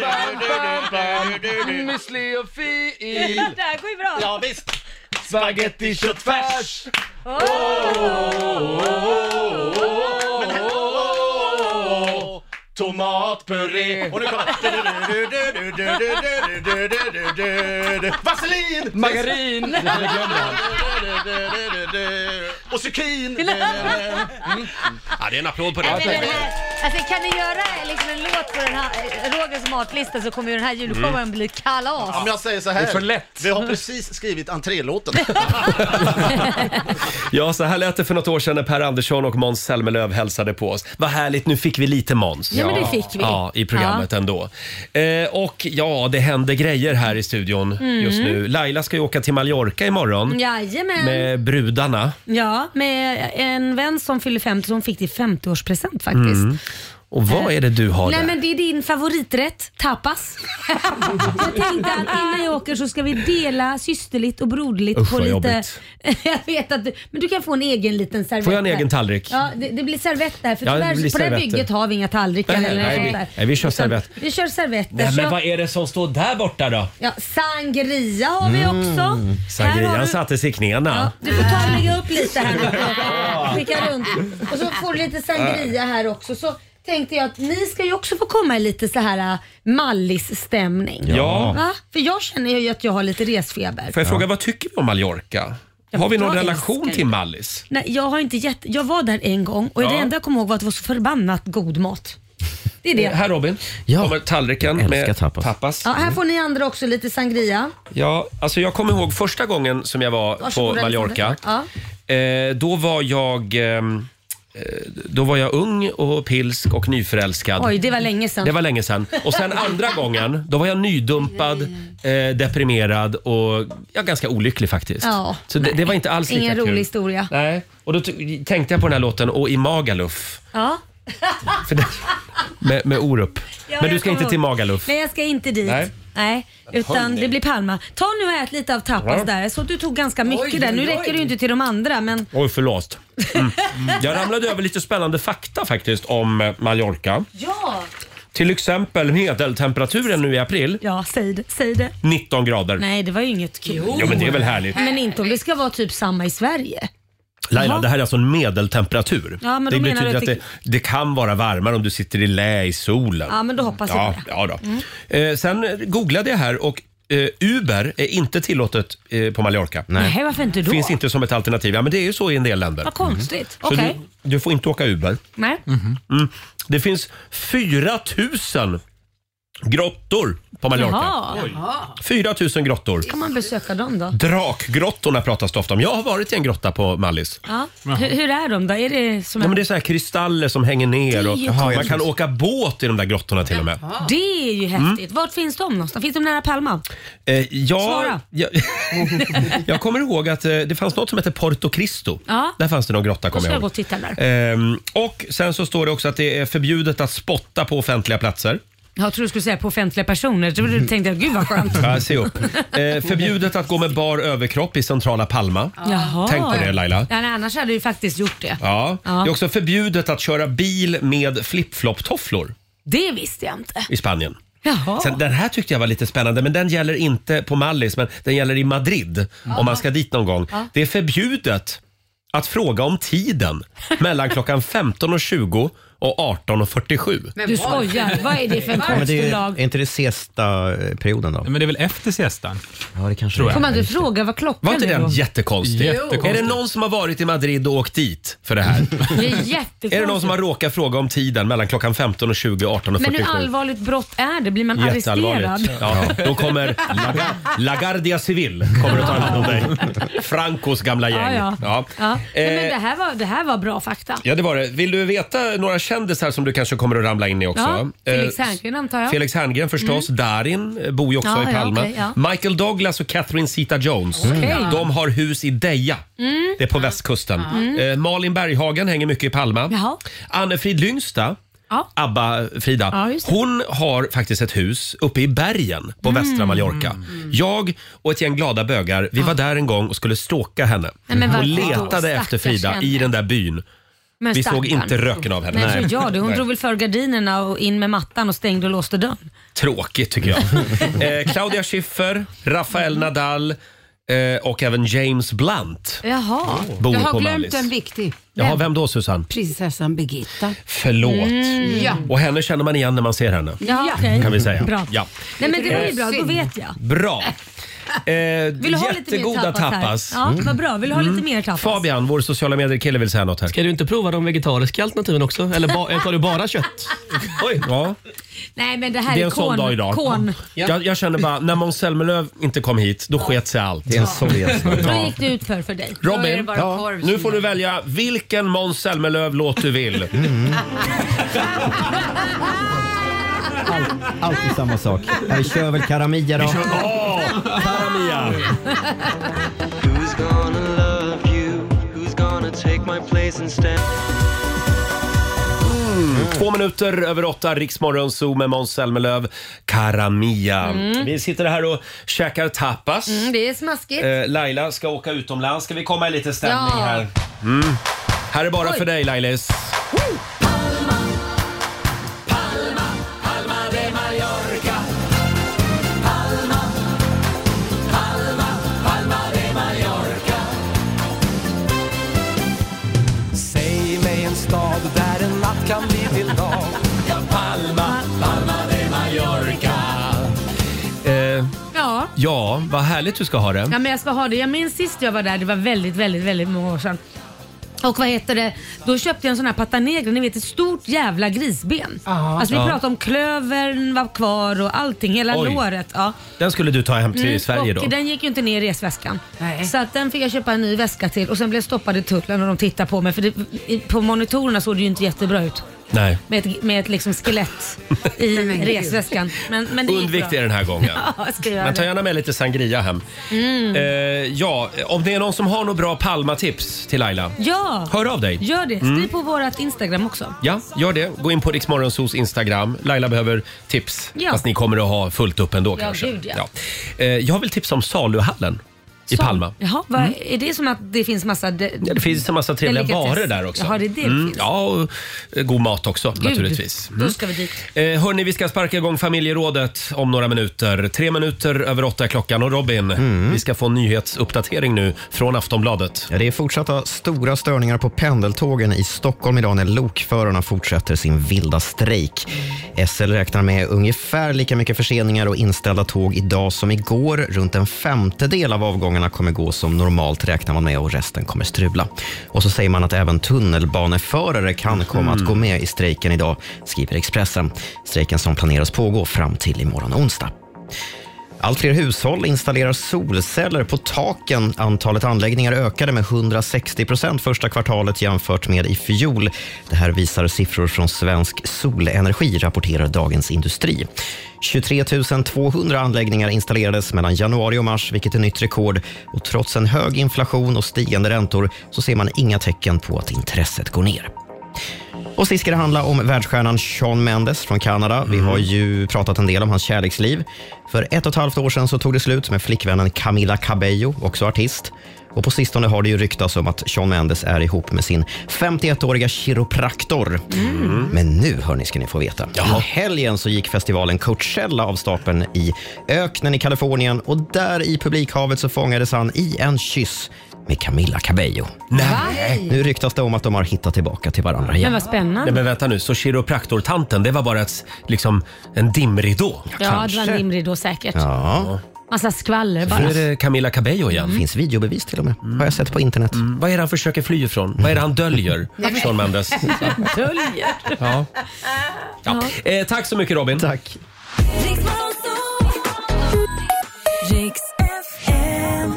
Müsli och fil. Det här går ju bra. Ja, visst. Spaghetti, köttfärs. Tomatpuré. Och nu kommer vaselin. Margarin. Och zucchini. Ja, det är en applåd på det. Alltså, kan ni göra liksom en låt på den här Rogers matlista så kommer ju den här julshowen bli kalas. Ja, men jag säger så här. Det är för lätt. Vi har precis skrivit entrélåten. Ja, så här lät det för något år sedan när Per Andersson och Måns Zelmerlöw hälsade på oss. Vad härligt, nu fick vi lite Måns. Ja, men det fick vi. Ja, i programmet ändå. Och ja, det händer grejer här i studion just nu. Laila ska ju åka till Mallorca imorgon. Jajamän. Med brudarna. Ja, med en vän som fyller 50 som fick till 50-årspresent faktiskt. Och vad är det du har Nej, där? men det är din favoriträtt, tapas. Jag tänkte att innan jag åker så ska vi dela systerligt och broderligt på vad lite... jobbigt. Jag vet att men du kan få en egen liten servett. Får jag en där. egen tallrik? Ja, det blir servett där. För Ja, det tyvärr, blir på det här servetter. bygget har vi inga tallrikar eller sånt där. Nej, vi kör servett. Vi kör servetter. Nej, men så- vad är det som står där borta då? Ja, sangria har vi också. Här har Sangrian du- sattes i knäna. Ja, du får ta och lägga upp lite här nu. Skicka runt. Och så får du lite sangria här också. Så tänkte jag att ni ska ju också få komma i lite så här mallis-stämning. Ja. Va? För jag känner ju att jag har lite resfeber. Får jag fråga, vad tycker vi om Mallorca? Har vi någon jag relation älskar till det. Mallis? Nej, jag har inte jag var där en gång och det enda jag kom ihåg var att det var så förbannat god mat. Det är det. Här Robin, kommer tallriken med tapas. Ja, här får ni andra också lite sangria. Ja, alltså jag kommer ihåg första gången som jag var Varsågoda, på Mallorca. Ja. Då var jag ung och pilsk och nyförälskad. Oj, det var länge sedan. Det var länge sedan. Och sen andra gången, då var jag nydumpad, deprimerad och ganska olycklig faktiskt. Ja, så det var inte alls lika ingen kul. rolig historia. Nej, och då tänkte jag på den här låten Och i Magaluf. Ja. För det, med Orup. Ja, Men du jag ska inte kommer till ihåg. Magaluf. Nej, jag ska inte dit. Nej, utan det blir Palma. Ta nu och ät lite av tapas Ja. där. Så du tog ganska mycket där. Nu räcker det ju inte till de andra, men... Oj, förlåt. Jag ramlade över lite spännande fakta faktiskt om Mallorca. Ja! Till exempel medeltemperaturen nu i april. Ja, säg det. 19 grader. Nej, det var ju inget kul. Jo, men det är väl härligt. Men inte om det ska vara typ samma i Sverige. Laila, Jaha. det här är alltså en medeltemperatur. Ja, men det då menar betyder du att att det kan vara varmare om du sitter i lä i solen. Ja, men då hoppas jag på det. Ja då. Sen googlade jag här och Uber är inte tillåtet på Mallorca. Nej, varför inte då? Finns inte som ett alternativ. Ja, men det är ju så i en del länder. Vad konstigt. Så Okej. du får inte åka Uber. Nej. Det finns 4 000 grottor på Mallorca. Jaha. 4 000 grottor. Kan man besöka dem då? Drakgrottorna pratas det ofta om. Jag har varit i en grotta på Mallis. Ja. Hur är de då? Är det som men det är så här kristaller som hänger ner och man man kan åka båt i de där grottorna till och med. Det är ju häftigt. Vart finns de någonstans? Finns de nära Palma? Svara. Jag kommer ihåg att det fanns något som heter Porto Cristo. Ja. Där fanns det någon grotta, kommer jag ihåg. Gå och titta där. Och sen så står det också att det är förbjudet att spotta på offentliga platser. Jag tror du skulle säga på offentliga personer. Du tänkte jag, gud vad skönt. Ja, se upp. Förbjudet att gå med bar överkropp i centrala Palma. Jaha. Tänk på det, Laila. Ja, nej, annars hade du ju faktiskt gjort det. Ja. Det är också förbjudet att köra bil med flip-flop-tofflor. Det visste jag inte. I Spanien. Jaha. Sen, den här tyckte jag var lite spännande, men den gäller inte på Mallis, men den gäller i Madrid om man ska dit någon gång. Det är förbjudet att fråga om tiden mellan klockan 15:20 och 18:47. Du skojar. Vad är det för en konstig lag? Är inte det siesta-perioden då? Men det är väl efter siestan? Ja, det kanske Får man inte fråga vad klockan var inte är den då? jättekonstig? Är det någon som har varit i Madrid och åkt dit för det här? Det är jättekonstigt. Är det någon som har råkat fråga om tiden mellan klockan 15:20 och 18:47? Men hur allvarligt brott är det? Blir man arresterad? Ja, då kommer La Guardia Civil kommer att ta hand om dig. Francos gamla gäng. Ja. Nej, men det här var bra fakta. Ja, det var det. Vill du veta några kändisar som du kanske kommer att ramla in i också? Ja, Felix Herngren antar jag. Felix Herngren förstås. Darin bor ju också i Palma. Michael Douglas och Catherine Zeta-Jones. De har hus i Deja. Det är på västkusten. Malin Berghagen hänger mycket i Palma. Anne-Frid Lyngstad, Abba-Frida, hon har faktiskt ett hus uppe i bergen på västra Mallorca. Jag och ett gäng glada bögar, vi var där en gång och skulle stalka henne. Och letade efter Frida i den där byn. Men vi såg inte röken av henne. Nej, så hon drog väl för gardinerna och in med mattan och stängde och låste dörren. Tråkigt tycker jag. Claudia Schiffer, Rafael Nadal och även James Blunt. Jaha. Bor Jag har på glömt Mallis. en viktig. Jaha, vem då, Susanne? Prinsessan Birgitta. Förlåt. Ja. Och henne känner man igen när man ser henne. Ja, okej. Kan vi säga. Bra. Ja. Nej, men det var ju bra, då vet jag. Bra. Vill du ha lite jättegoda mer tapas? Ja, vad bra. Vill du ha lite mer tapas? Fabian, vår sociala medier-kille, vill säga något här. Ska du inte prova de vegetariska alternativen också? Eller tar du bara kött? Oj. Ja. Nej, men det här Det är är en sån dag idag. Kon. Jag känner bara, när Måns Zelmerlöw inte kom hit, då sket sig allt. Det är en Sovjet. Då gick det ut för dig. Robin, nu får du välja vilken Måns Zelmerlöw-låt du vill. Alltid samma sak. Vi kör väl Karamia då. Karamia. Who's gonna love you? Who's gonna take my place instead? 2 minuter över 8, Riksmorgon Zoo med Måns Zelmerlöw, Karamia. Vi sitter här och käkar tapas. Det är smaskigt. Laila ska åka utomlands. Ska vi komma i lite stämning här? Här är bara för dig, Lailis. Stad där en natt kan bli till dag. Ja, Palma, Palma de Mallorca. Ja, vad härligt du ska ha det. Ja, men jag ska ha det. Jag minns sist jag var där, det var väldigt, väldigt, väldigt många år sedan. Och vad heter det? Då köpte jag en sån här pata negra, ni vet, ett stort jävla grisben. Alltså vi pratade om klövern var kvar och allting, hela låret. Ja. Den skulle du ta hem till Sverige då? Och den gick ju inte ner i resväskan. Nej. Så att den fick jag köpa en ny väska till och sen blev jag stoppad i tullen och de tittade på mig. För det, på monitorerna såg det ju inte jättebra ut. Nej. Med ett liksom skelett i resväskan. Men det undvik det den här gången. Ja, jag ska göra Men ta det. gärna med lite sangria hem. Om det är någon som har något bra Palma-tips till Laila, hör av dig. Gör det. Skriv på vårt Instagram också. Ja, gör det. Gå in på Riksmorgonsos Instagram. Laila behöver tips. Fast ni kommer att ha fullt upp ändå kanske. Gud, ja. Jag vill tipsa om Saluhallen i Palma. Jaha, är det som att det finns massa... Det finns en massa trevliga barer där också. Jaha, det är det finns. Ja, och god mat också naturligtvis. Då ska vi dit. Hörni, vi ska sparka igång familjerådet om några minuter. 3 minuter över 8 klockan. Och Robin, vi ska få en nyhetsuppdatering nu från Aftonbladet. Ja, det är fortsatta stora störningar på pendeltågen i Stockholm idag när lokförarna fortsätter sin vilda strejk. SL räknar med ungefär lika mycket förseningar och inställda tåg idag som igår. Runt en femtedel av avgångarna tågdagarna kommer gå som normalt räknar man med och resten kommer strula. Och så säger man att även tunnelbaneförare kan komma att gå med i strejken idag, skriver Expressen. Strejken som planeras pågå fram till imorgon onsdag. Allt fler hushåll installerar solceller på taken. Antalet anläggningar ökade med 160% första kvartalet jämfört med i fjol. Det här visar siffror från Svensk Solenergi, rapporterar Dagens Industri. 23 200 anläggningar installerades mellan januari och mars, vilket är nytt rekord. Och trots en hög inflation och stigande räntor så ser man inga tecken på att intresset går ner. Och sist ska det handla om världsstjärnan Shawn Mendes från Kanada. Vi har ju pratat en del om hans kärleksliv. För 1,5 år sedan så tog det slut med flickvännen Camila Cabello, också artist. Och på sistone har det ju ryktats om att Shawn Mendes är ihop med sin 51-åriga kiropraktor. Men nu, hörni, ska ni få veta. I helgen så gick festivalen Coachella av stapeln i öknen i Kalifornien. Och där i publikhavet så fångades han i en kyss med Camila Cabello. Nej. Nu ryktas det om att de har hittat tillbaka till varandra igen. Men vad spännande. Nej, men vänta nu, så kiropraktortanten, det var bara en dimridå? Ja, det var en dimridå säkert. Ja. Massa skvaller bara. Så är det Camila Cabello igen. Det finns videobevis till och med. Har jag sett på internet. Vad är det han försöker fly ifrån? Vad är det han döljer? Shawn Mendes. Döljer? Ja. Tack så mycket, Robin. Tack. Riks FM.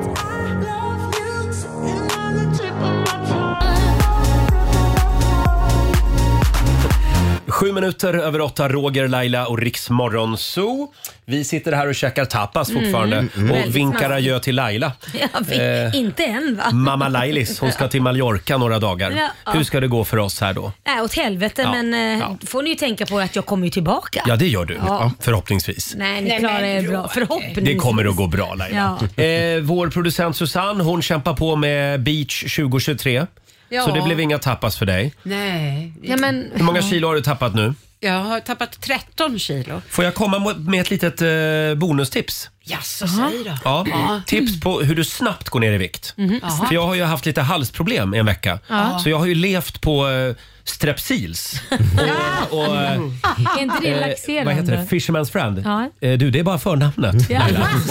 7:07, Roger, Laila och Riks Morgonzoo. Vi sitter här och käkar tapas fortfarande och vinkar adjö till Laila. Ja, inte än va? Mamma Lailis, hon ska till Mallorca några dagar. Ja. Hur ska det gå för oss här då? Åt helvete, men får ni ju tänka på att jag kommer ju tillbaka. Ja, det gör du. Ja. Förhoppningsvis. Nej, ni klarar er bra. Förhoppningsvis. Det kommer att gå bra, Laila. Ja. Vår producent Susanne, hon kämpar på med Beach 2023. Ja. Så det blev inga tapas för dig. Nej. Ja, men, Hur många kilo har du tappat nu? Jag har tappat 13 kilo. Får jag komma med ett litet bonustips? Jaså, säg då. Ja. Tips på hur du snabbt går ner i vikt. För jag har ju haft lite halsproblem i en vecka. Så jag har ju levt på Strepsils. och är inte det laxerande? vad heter det? Fisherman's friend. Ja. Du, det är bara förnamnet. Ja.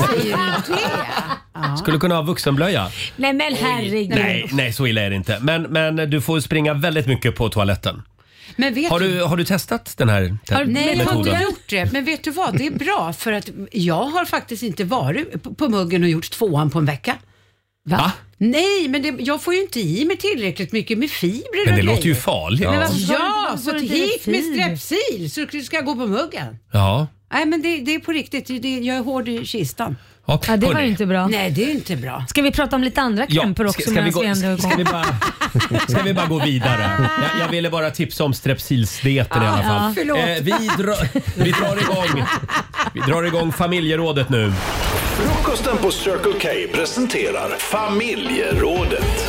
Skulle kunna ha vuxenblöja. Nej men herregud. Nej, så illa är det inte. Men du får springa väldigt mycket på toaletten. Men vet Har du testat den här metoden? Nej, jag har inte gjort det. Men vet du vad? Det är bra för att jag har faktiskt inte varit på muggen och gjort 2:an på en vecka. Va? Nej, men jag får ju inte i mig tillräckligt mycket med fibrer. Men det och låter ju grejer. farligt. Ja, så hit med Strepsil så du ska gå på muggen. Ja. Nej, men det är på riktigt. Jag är hård i kistan. Ja, det var ju inte bra. Nej, det är inte bra. Ska vi prata om lite andra krämpor också? Ska vi bara gå vidare? Jag ville bara tipsa om Strepsilsdieten i alla fall. Vi drar igång familjerådet nu. Frukosten på Circle K presenterar familjerådet.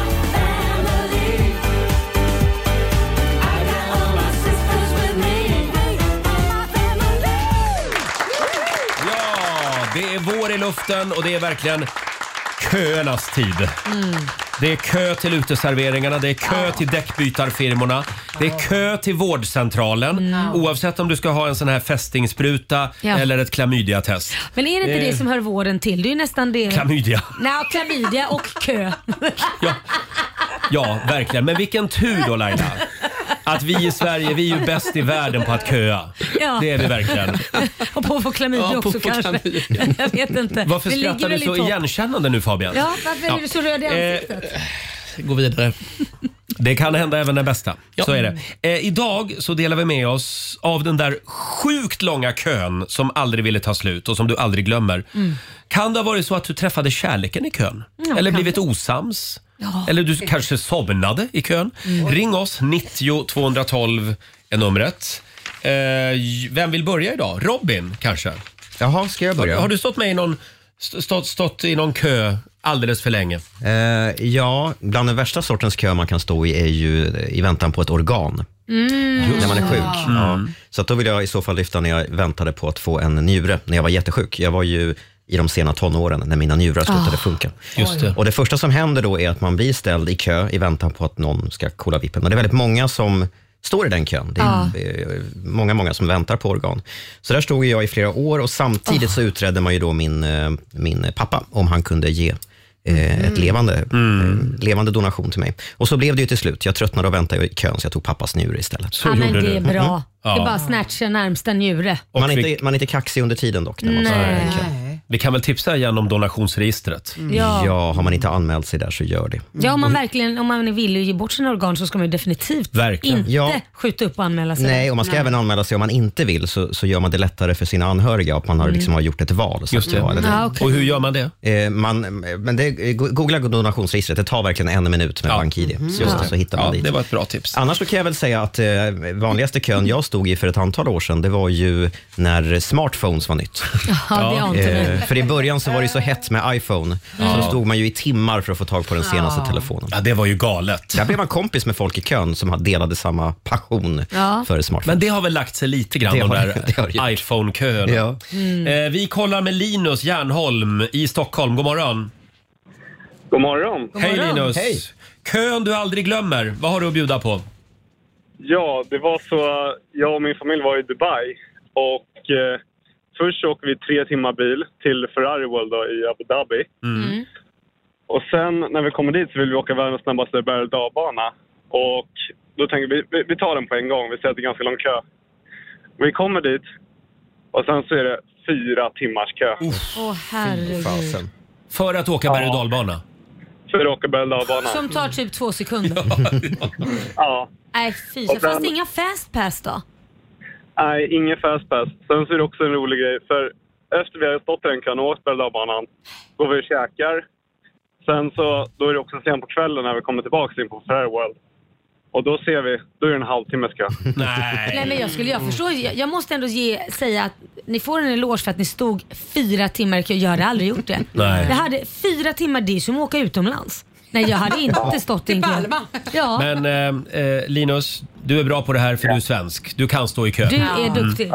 Det är vår i luften och det är verkligen köernas tid. Det är kö till uteserveringarna, det är kö till däckbytarfirmorna, det är kö till vårdcentralen. Oavsett om du ska ha en sån här fästingspruta eller ett klamydiatest. Men är det inte det som hör vården till? Det är ju nästan det. Klamydia. Nej, klamydia och kö. Ja, verkligen. Men vilken tur då, Laila. Att vi i Sverige, vi är ju bäst i världen på att köa. Ja. Det är vi verkligen. Och på att få klamydia också kanske. Jag vet inte. Varför skrattar du så igenkännande nu, Fabian? Ja, varför är du så röd i ansiktet? Gå vidare. Det kan hända även den bästa. Så är det. Idag så delar vi med oss av den där sjukt långa kön som aldrig ville ta slut och som du aldrig glömmer. Kan det ha varit så att du träffade kärleken i kön? Eller blivit osams? Eller du kanske somnade i kön? Ring oss, 90 212 är numret. Vem vill börja idag? Robin kanske? Jaha, ska jag börja? Har du stått i någon kö alldeles för länge? Ja, bland den värsta sortens kö man kan stå i är ju i väntan på ett organ. När man är sjuk. Ja. Så att då vill jag i så fall lyfta när jag väntade på att få en njure när jag var jättesjuk. Jag var ju i de sena tonåren när mina njurar slutade funka. Just det. Och det första som händer då är att man blir ställd i kö i väntan på att någon ska kolla vippen. Och det är väldigt många som står i den kön. Det är många som väntar på organ. Så där stod jag i flera år och samtidigt så utredde man ju då min pappa om han kunde ge ett levande donation till mig. Och så blev det ju till slut. Jag tröttnade och väntade i kön så jag tog pappas njure istället. Ja, men det är bra. Det är bara snatcha närmsta njure. Man är inte kaxig under tiden dock. När man vi kan väl tipsa igen om donationsregistret. Ja, har man inte anmält sig där så gör det. Ja, om man vill ge bort sina organ så ska man ju definitivt inte skjuta upp och anmäla sig. Nej, och man ska även anmäla sig om man inte vill så gör man det lättare för sina anhöriga och man har gjort ett val. Just det. Och hur gör man det? Googla donationsregistret, det tar verkligen 1 minut med BankID. Så hittar man dit. Det var ett bra tips. Annars så kan jag väl säga att vanligaste kön jag stod i för ett antal år sedan, det var ju när smartphones var nytt. För i början så var det så hett med iPhone. Så då stod man ju i timmar för att få tag på den senaste telefonen. Ja, det var ju galet. Där blev man kompis med folk i kön som delade samma passion för smartphone. Men det har väl lagt sig lite grann, de där iPhone-köerna. Ja. Vi kollar med Linus Järnholm i Stockholm. God morgon. God morgon. Hej Linus. Hej. Kön du aldrig glömmer. Vad har du att bjuda på? Ja, det var så. Jag och min familj var i Dubai. Och först så åker vi 3 timmar bil till Ferrari World då, i Abu Dhabi. Och sen när vi kommer dit så vill vi åka världens snabbaste berg- och dalbana. Och då tänker vi tar den på en gång. Vi ser att det är ganska lång kö. Vi kommer dit. Och sen så är det 4 timmars kö. Herregud. För att åka berg- och dalbana? För att åka berg- och dalbana. Som tar typ 2 sekunder. Ja. Nej, fy. Fast det är inga fast pass då? Nej, ingen fast pass. Sen så är det också en rolig grej. För efter vi har stått i den kön och åkt berg- och dalbanan går vi och käkar. Sen så då är det också sen på kvällen när vi kommer tillbaka in på Ferrari World. Och då ser vi, då är det en halvtimmes kö. Nej, men jag förstår. Jag måste ändå säga att ni får en eloge för att ni stod 4 timmar i kö. Jag hade aldrig gjort det. Nej. Jag hade 4 timmar, det är som att åka utomlands. Nej, jag hade inte stått i en kö. Ja. Men Linus, du är bra på det här för du är svensk. Du kan stå i kö. Du är duktig.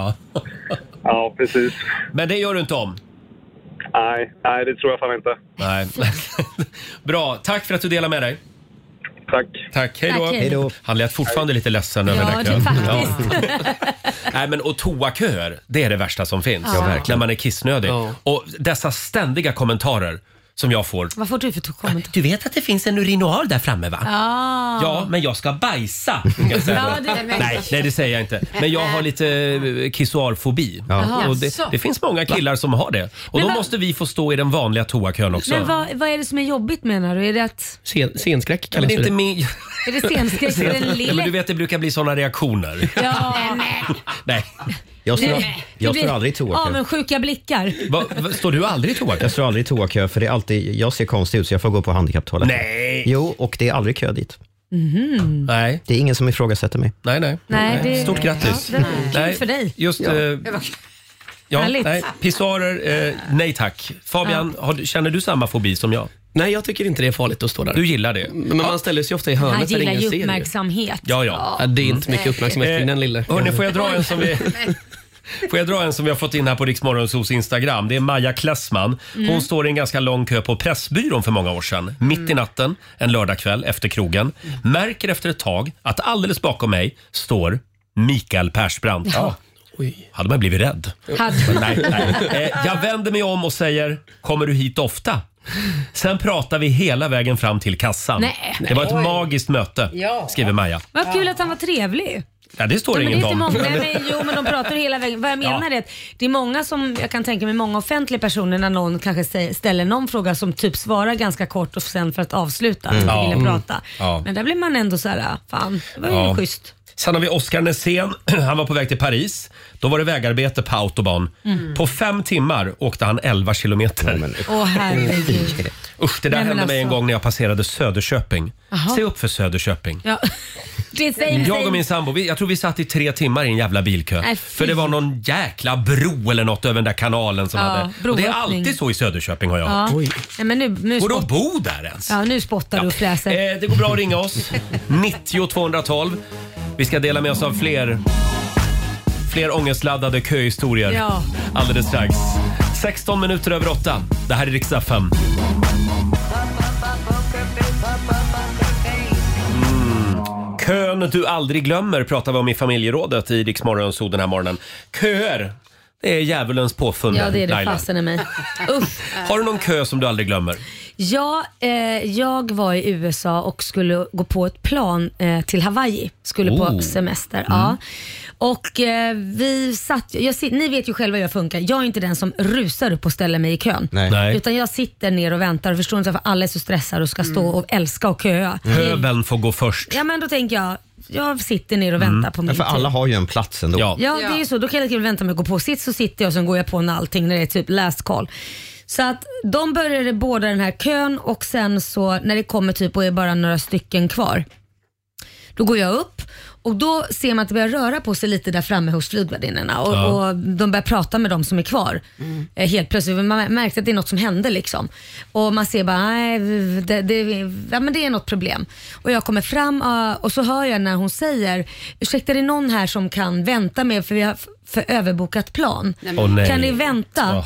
Ja, precis. Men det gör du inte om? Nej, det tror jag fan inte. Nej. Bra, tack för att du delar med dig. Tack, hej då. Hej då. Han lät fortfarande lite ledsen över den här kön. Faktiskt. Nej, men och toaköer, det är det värsta som finns. Ja, verkligen. När man är kissnödig. Och dessa ständiga kommentarer som jag får. Vad får du för kommentarer? Du vet att det finns en urinoar där framme, va? Ja, men jag ska bajsa. Nej, det säger jag inte. Men jag har lite kissoarfobi. Och det finns många killar som har det. Och då måste vi få stå i den vanliga toakön också. Men vad är det som är jobbigt, menar du? Är det att... Scenskräck kallas det. Inte Är det scenskräck? Är det lille? Men du vet, det brukar bli såna reaktioner. Nej. Jag står aldrig i toakö. Ja, men sjuka blickar. Står du aldrig i toakö? Jag står aldrig i toakö för det är alltid, jag ser konstig ut så jag får gå på handikapptoaletten. Nej! Jo, och det är aldrig kö dit. Nej. Det är ingen som ifrågasätter mig. Nej. Stort grattis. Kul för dig. Just... nej, pissoarer, nej tack. Fabian, känner du samma fobi som jag? Nej, jag tycker inte det är farligt att stå där. Du gillar det? Men man ställer sig ofta i hörnet där ingen ser. Han gillar ju uppmärksamhet. Ja. Det är inte mycket uppmärksamhet kring den lille. Hörrni, får jag dra en som vi har fått in här på Rix Morgonzos Instagram. Det är Maja Klessman. Hon står i en ganska lång kö på Pressbyrån för många år sedan. Mitt i natten, en lördagkväll efter krogen. Märker efter ett tag att alldeles bakom mig står Mikael Persbrandt. Oj. Hade man blivit rädd? Nej. Jag vänder mig om och säger, kommer du hit ofta? Sen pratar vi hela vägen fram till kassan. Det var ett magiskt möte, skriver Maja. Vad kul att han var trevlig. Ja, det står inget om. Men de pratar hela vägen. Vad jag menar är att det är många som, jag kan tänka mig många offentliga personer när någon kanske ställer någon fråga som typ svarar ganska kort och sen för att avsluta ville prata. Men där blir man ändå så här, fan, det var ju schysst. Sen har vi Oskar Nässén. Han var på väg till Paris. Då var det vägarbete på autobahn. På 5 timmar åkte han 11 kilometer. Herregud. Usch, det där hände mig en gång när jag passerade Söderköping. Se upp för Söderköping. Ja. Jag och min sambo, jag tror vi satt i 3 timmar i en jävla bilkö. För det var någon jäkla bro eller något över den där kanalen som hade. Och det är alltid så i Söderköping, har jag hört. Men nu går de bo där ens? Ja, nu spottar du och fräser. Det går bra att ringa oss. 90 212. Vi ska dela med oss av fler ångestladdade köhistorier alldeles strax. 16 minuter över 8. Det här är Rix FM. Kön du aldrig glömmer pratar vi om i familjerådet i Rix Morgonzoo den här morgonen. Köer, det är djävulens påfund. Ja, det är det Laila. fasen i mig. Har du någon kö som du aldrig glömmer? Ja, jag var i USA och skulle gå på ett plan till Hawaii. Skulle på semester. Ja. Och vi satt, ni vet ju själva hur jag funkar. Jag är inte den som rusar upp och ställer mig i kön. Nej. Utan jag sitter ner och väntar och förstår inte varför alla är så stressade och ska stå och älska och köa. Pöbeln får gå först. Ja, men då tänker jag sitter ner och väntar på min för alla har ju en plats ändå. Ja, det är ju så. Då kan jag vänta med att gå på. Så sitter jag och sen går jag på när allting, när det är typ last call. Så att de började båda den här kön och sen så när det kommer typ och är bara några stycken kvar, då går jag upp och då ser man att det börjar röra på sig lite där framme hos flygvärdinnorna och de börjar prata med de som är kvar. Helt plötsligt, man märkte att det är något som hände liksom. Och man ser bara, nej, men det är något problem. Och jag kommer fram och så hör jag när hon säger, ursäkta, det är någon här som kan vänta med, för vi har för överbokat plan. Kan ni vänta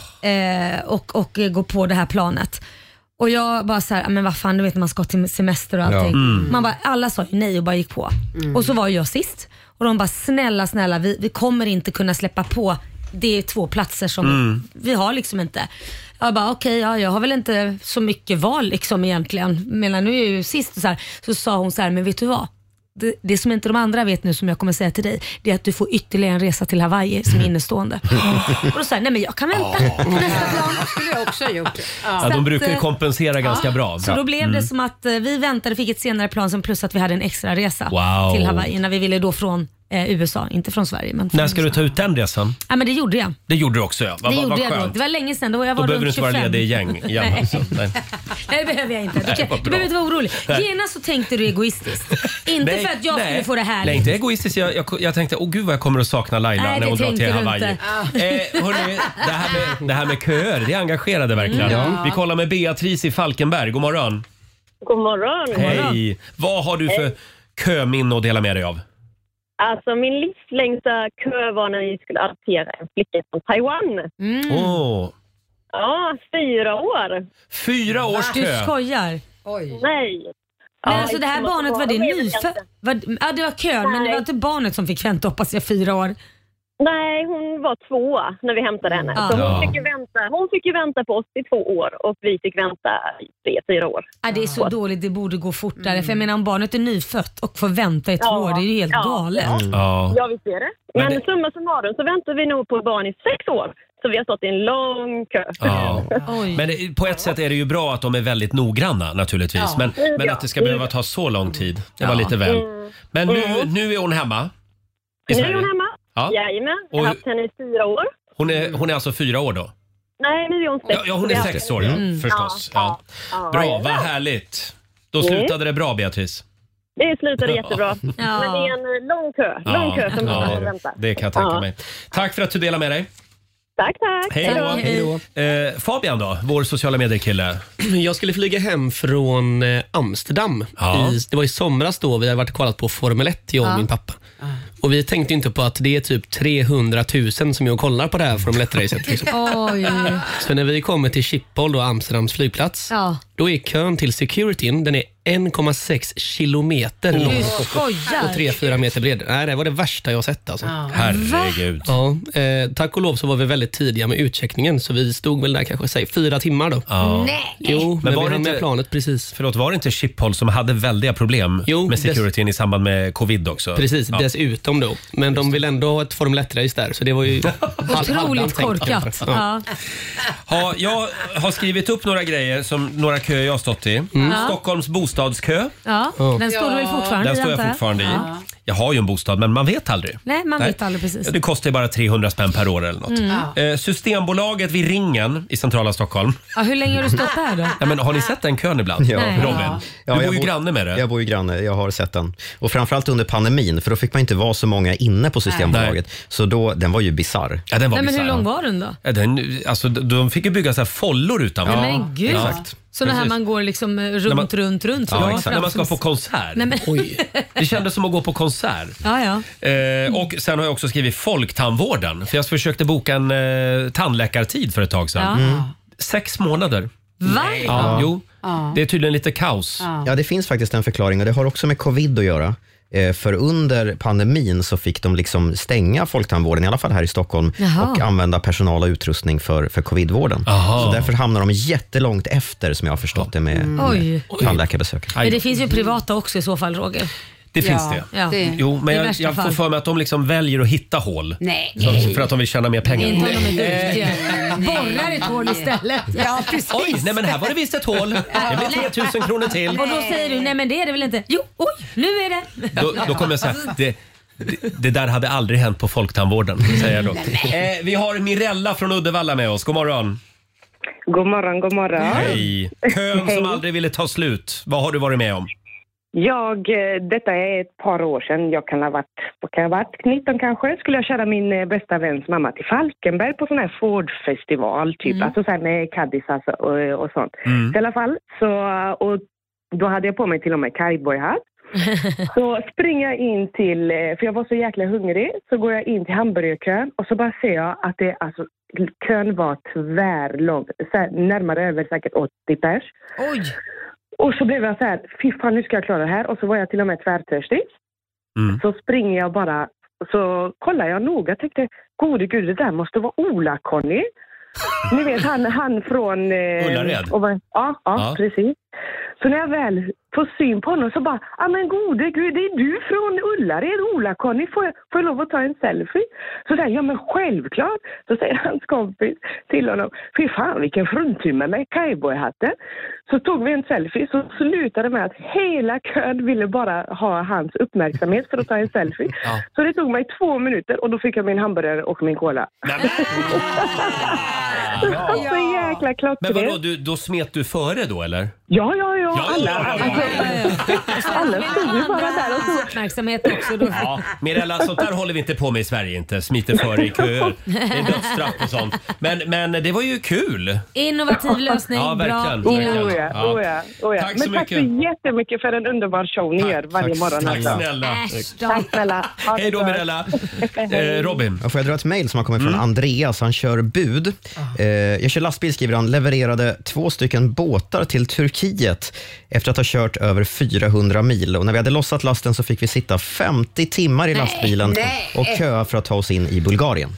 och gå på det här planet? Och jag bara så här, men vad fan, du vet när man ska till semester och allting. Man bara, alla sa ju nej och bara gick på. Och så var jag sist. Och de bara, snälla, vi kommer inte kunna släppa på. Det är 2 platser som vi har liksom inte. Jag bara, okej, jag har väl inte så mycket val liksom egentligen. Men nu är jag ju sist och så sa hon så här, men vet du vad? Det som inte de andra vet nu, som jag kommer säga till dig, det är att du får ytterligare en resa till Hawaii som är innestående. Och då sa jag, nej men jag kan vänta till nästa plan. Skulle jag också ha gjort det. Ja, de brukar ju kompensera ganska bra. Så då blev det som att vi väntade, fick ett senare plan som plus att vi hade en extra resa till Hawaii när vi ville då från USA, inte från Sverige. Men från när ska USA. du ta ut den resan? Ja, men det gjorde jag. Det gjorde du också, ja. Det gjorde jag då. Det var länge sedan. Då behöver du inte vara ledig i gäng. Nej, det behöver jag inte. Du behöver inte vara orolig. Genast så tänkte du egoistiskt. Inte för att jag skulle få det här. Nej, inte egoistiskt. Jag tänkte, gud vad jag kommer att sakna Laila när hon drar till Hawaii. Hörrni, det här med köer, det engagerade verkligen. Vi kollar med Beatrice i Falkenberg. God morgon. God morgon. Hej. Vad har du för köminne att dela med dig av? Alltså min livslängsta kö var när vi skulle adoptera en flicka från Taiwan. Ja, 4 år. 4 års kö? Du skojar. Oj. Nej. Men alltså det här barnet, var det nyfött? Ja, det var kön, men det var inte barnet som fick vänta, hoppas jag, 4 år. Nej, hon var 2 när vi hämtade henne. Så hon fick ju vänta på oss i 2 år och vi fick vänta i 3-4 år. Ja, det är så dåligt, det borde gå fortare. För jag menar, om barnet är nyfött och får vänta i 2 år, det är ju helt galet. Ja, visst är det. Men summa summarum så väntar vi nog på barn i 6 år. Så vi har stått i en lång kö. Men på ett sätt är det ju bra att de är väldigt noggranna naturligtvis. Men att det ska behöva ta så lång tid, det var lite väl. Men nu är hon hemma i Sverige. Nu är hon hemma. Ja. Jajamän, jag har haft henne i 4 år. Hon är alltså 4 år då? Nej, nu är hon 6. Ja, hon är 6 år, förstås. Ja. Bra, vad härligt. Då slutade det bra, Beatrice. Det slutade jättebra. Men det är en lång kö som måste vänta. Det kan jag tänka mig. Tack för att du delar med dig. Tack. Hej då. Fabian då, vår sociala medier-kille. Jag skulle flyga hem från Amsterdam. Det var i somras då vi hade varit och kollat på Formel 1, jag och min pappa. Och vi tänkte inte på att det är typ 300 000 som jag kollar på det här Formel 1-racet. Liksom. Så när vi kommer till Schiphol, då Amsterdams flygplats, då är kön till securityn, den är 1,6 kilometer lång och 3-4 meter bred. Nej, det var det värsta jag sett alltså. Herregud. Ja, tack och lov så var vi väldigt tidiga med utcheckningen, så vi stod väl där kanske 4 timmar då. Nej. Jo, men var det inte med planet precis. Förlåt, var det inte Schiphol som hade väldiga problem med securityn i samband med covid också? Precis, dessutom då. Men de vill ändå ha ett Formel 1-race där, så det var ju otroligt korkat. Ja, jag har skrivit upp några grejer som några köer jag har stått i. Stockholms bostadskö. Den står du väl fortfarande i? Den står jag fortfarande i. Jag har ju en bostad, men man vet aldrig. Nej, man vet aldrig precis. Det kostar bara 300 spänn per år eller något. Systembolaget vid Ringen i centrala Stockholm. Ja, hur länge har du stått där då? Ja, men har ni sett den kön ibland? Ja. Robin, du bor ju granne med det. Jag bor ju granne, jag har sett den. Och framförallt under pandemin, för då fick man inte vara så många inne på Systembolaget. Så då, den var ju bizarr. Ja, den var men hur lång var den då? Ja, alltså, de fick ju bygga så här follor utanför. Ja, men gud. Exakt. Så när man går liksom runt. Ja, exakt. När man ska på konsert. Nej, men... Oj. Det kändes som att gå på konsert. Och sen har jag också skrivit folktandvården. För jag försökte boka en tandläkartid för ett tag sedan. 6 månader. Va? Ja, jo. Det är tydligen lite kaos. Ja, det finns faktiskt en förklaring och det har också med covid att göra. För under pandemin så fick de liksom stänga folktandvården, i alla fall här i Stockholm, och använda personal och utrustning för covidvården. Så därför hamnar de jättelångt efter, som jag har förstått det, med tandläkarbesök. Men det finns ju privata också i så fall, Roger. Det finns det. Ja. Jo, men jag får för mig att de liksom väljer att hitta hål. Nej. För att de vill tjäna mer pengar. Inte om de är duktiga. Borrar ett hål istället. Ja, precis. Oj, nej men här var det visst ett hål. Det blir 3000 kronor till. Och då säger du, nej men det är det väl inte. Jo, oj, nu är det. Då kommer jag säga, det där hade aldrig hänt på folktandvården, säger jag då. Vi har Mirella från Uddevalla med oss. God morgon. God morgon, god morgon. Hej. Kön som aldrig ville ta slut. Vad har du varit med om? Detta är ett par år sedan, jag kan ha varit 19 kanske, skulle jag köra min bästa väns mamma till Falkenberg på sån här Ford-festival typ, alltså så här med caddisar och sånt. I alla fall, och då hade jag på mig till och med cowboyhatt. Så springer jag in till, för jag var så jäkla hungrig, så går jag in till hamburgerkön och så bara ser jag att det, alltså kön var tvärlång, så här, närmare över säkert 80 pers. Oj! Och så blev jag så här, fy fan, nu ska jag klara det här. Och så var jag till och med tvärtörstig. Så springer jag bara, så kollar jag noga, tänkte, gode gud, det där måste vara Ola-Conny. Ni vet, han från... Ullared? Ja, precis. Så när jag väl får syn på honom så bara, men gode gud, det är du från Ullared, Ola-Conny, får jag lov att ta en selfie? Så säger jag, men självklart. Så säger hans kompis till honom, fy fan vilken fruntimme med cowboyhatten. Så tog vi en selfie, så slutade med att hela kön ville bara ha hans uppmärksamhet för att ta en selfie. Så det tog mig 2 minuter och då fick jag min hamburgare och min cola. Så jäkla klockrent. Men vadå, då smet du före då eller? Ja. Alla stod ju bara där och så. Uppmärksamhet också då. Ja, Mirella, sånt där håller vi inte på med i Sverige inte. Smiter före i köer. Det är dödsstraff och sånt. Men det var ju kul. Innovativ lösning. Ja, verkligen. Oh ja. Tack men så tack mycket. så jättemycket för en underbar show ni gör varje morgon. Tack snälla. Tack snälla. Hej då Mirella. Robin. Får jag dra ett mejl som har kommit från Andreas. Han kör bud. Jag kör lastbil, skriver han. Levererade 2 stycken båtar till Turkiet efter att ha kört över 400 mil. Och när vi hade lossat lasten så fick vi sitta 50 timmar i lastbilen och köa för att ta oss in i Bulgarien.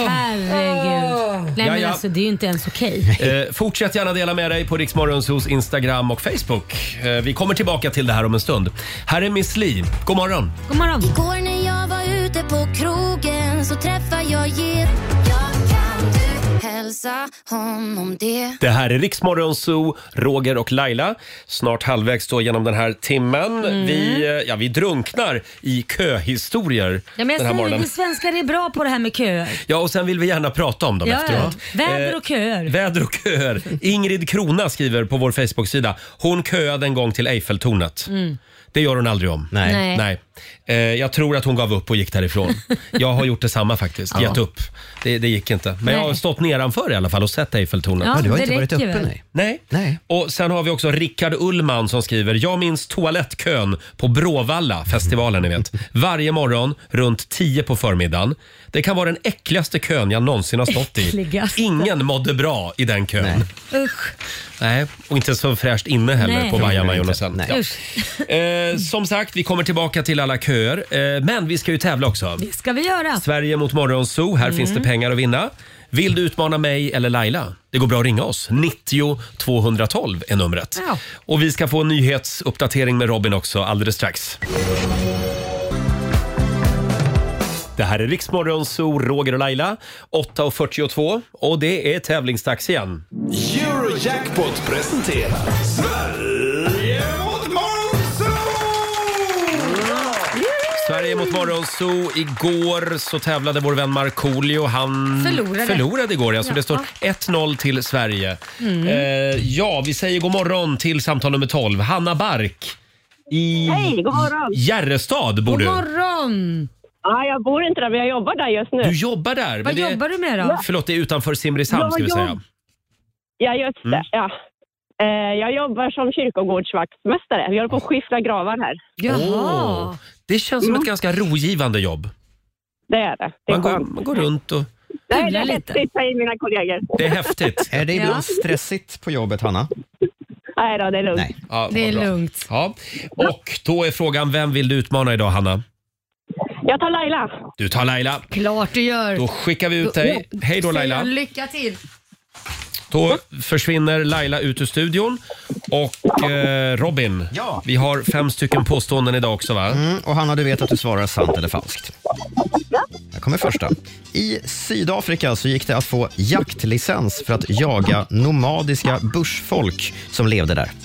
Herregud. Nej, men alltså, det är ju inte ens okej. Fortsätt gärna dela med dig på Rix Morgonzos Instagram och Facebook. Vi kommer tillbaka till det här om en stund. Här är Miss Li. God morgon. God morgon. Igår när jag var ute på krogen så träffade jag Georg. Kan du hälsa honom det? Det här är Rix Morgonzo, Roger och Laila. Snart halvvägs då genom den här timmen. Vi drunknar i köhistorier Ja, men jag den här säger morgonen. vi svenskar är bra på det här med köer. Ja, och sen vill vi gärna prata om dem efteråt. Väder och köer. Väder och köer. Ingrid Krona skriver på vår Facebook-sida. Hon köade en gång till Eiffeltornet. Det gör hon aldrig om. Nej. Jag tror att hon gav upp och gick därifrån. Jag har gjort detsamma faktiskt. Gett upp. Det gick inte. Men jag har stått nedanför i alla fall och sett Eiffeltornet. Ja, Men du har det inte varit räcker uppe, väl? nej. Och sen har vi också Rickard Ullman som skriver: jag minns toalettkön på Bråvalla, festivalen ni vet. Varje morgon runt 10 på förmiddagen. Det kan vara den äckligaste kön jag någonsin har stått i. Äckligaste. Ingen mådde bra i den kön. Usch. Nej, och inte så fräscht inne heller Nej. på bajamajonen sen. Nej. Ja. Usch. Som sagt, vi kommer tillbaka till alla köer. Men vi ska ju tävla också. Det ska vi göra. Sverige mot Morgonzoo. Här finns det pengar att vinna. Vill du utmana mig eller Laila? Det går bra att ringa oss. 90 212 är numret. Ja. Och vi ska få en nyhetsuppdatering med Robin också alldeles strax. Det här är Rix Morgonzoo, Roger och Laila. 8.42 och det är tävlingsdags igen. Eurojackpot presenterar Sverige mot Morgonzoo! Sverige mot Morgonzoo. Igår så tävlade vår vän Markoolio. Han förlorade igår. Alltså det står 1-0 till Sverige. Vi säger god morgon till samtal nummer 12. Hanna Bark i Hej, god morgon. Järrestad bor du. God morgon. Ja, jag bor inte där, men jag jobbar där just nu. Du jobbar där? Vad jobbar du med då? Förlåt, det är utanför Simrishamn ska vi säga. Ja, just det. Ja. Jag jobbar som kyrkogårdsvaktmästare. Vi håller på att skiffla gravar här. Jaha. Det känns som ett ganska rogivande jobb. Det är det. Det är Man går runt och... Nej, det är häftigt, säger mina kollegor. Det är häftigt. Är det ibland stressigt på jobbet, Hanna? Nej då, det är lugnt. Nej. Ja, Det är vad bra. lugnt. Ja. Och då är frågan, vem vill du utmana idag, Hanna? Jag tar Laila. Du tar Laila. Klart du gör. Då skickar vi ut dig. Hej då, Laila. Säger lycka till. Då försvinner Laila ut ur studion. Och Robin, vi har 5 stycken påståenden idag också, va? Och Hanna, du vet att du svarar sant eller falskt. Här kommer första. I Sydafrika så gick det att få jaktlicens för att jaga nomadiska bushfolk som levde där.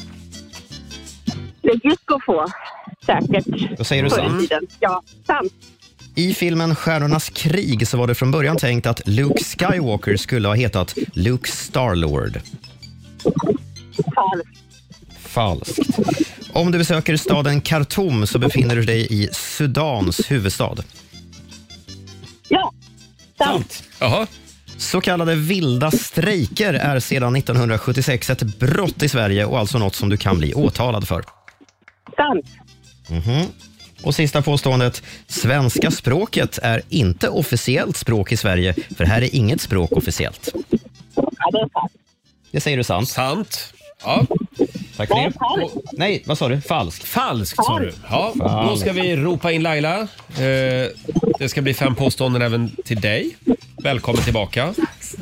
Det gick att få, säkert. Då säger du sant. Ja, sant. I filmen Stjärnornas krig så var det från början tänkt att Luke Skywalker skulle ha hetat Luke Starlord. Falskt. Falskt. Om du besöker staden Khartoum så befinner du dig i Sudans huvudstad. Ja, sant. Jaha. Så kallade vilda strejker är sedan 1976 ett brott i Sverige och alltså något som du kan bli åtalad för. Sant. Och sista påståendet. Svenska språket är inte officiellt språk i Sverige, för här är inget språk officiellt. Ja, det är sant. Det säger du sant. Sant. Ja. Tack för det. Falskt. Nej, vad sa du? Falskt. Falskt, sa du. Ja, då ska vi ropa in Laila. Det ska bli 5 påståenden även till dig. Välkommen tillbaka.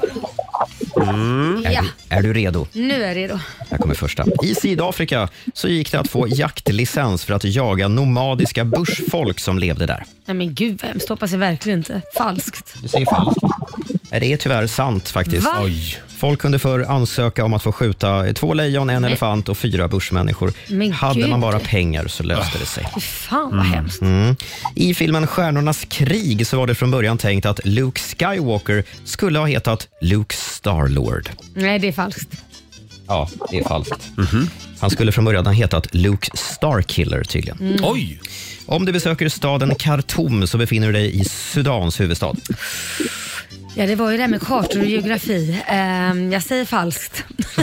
Ja, Är du redo? nu är jag redo. Här kommer första. I Sydafrika så gick det att få jaktlicens för att jaga nomadiska bushfolk som levde där. Nej men gud, vem stoppar sig verkligen inte. Falskt. Du säger falskt. Det är tyvärr sant faktiskt. Va? Oj. Folk kunde förr ansöka om att få skjuta 2 lejon, 1 elefant och 4 bushmänniskor. Men Hade gud. man bara pengar så löste det sig. Fy fan vad hemskt. I filmen Stjärnornas krig så var det från början tänkt att Luke Skywalker skulle ha hetat Luke Starlord. Nej, det är falskt. Ja, det är falskt. Han skulle från början ha hetat Luke Starkiller tydligen. Oj! Om du besöker staden Khartoum så befinner du dig i Sudans huvudstad. Ja, det var ju det här med kartor och geografi. Jag säger falskt.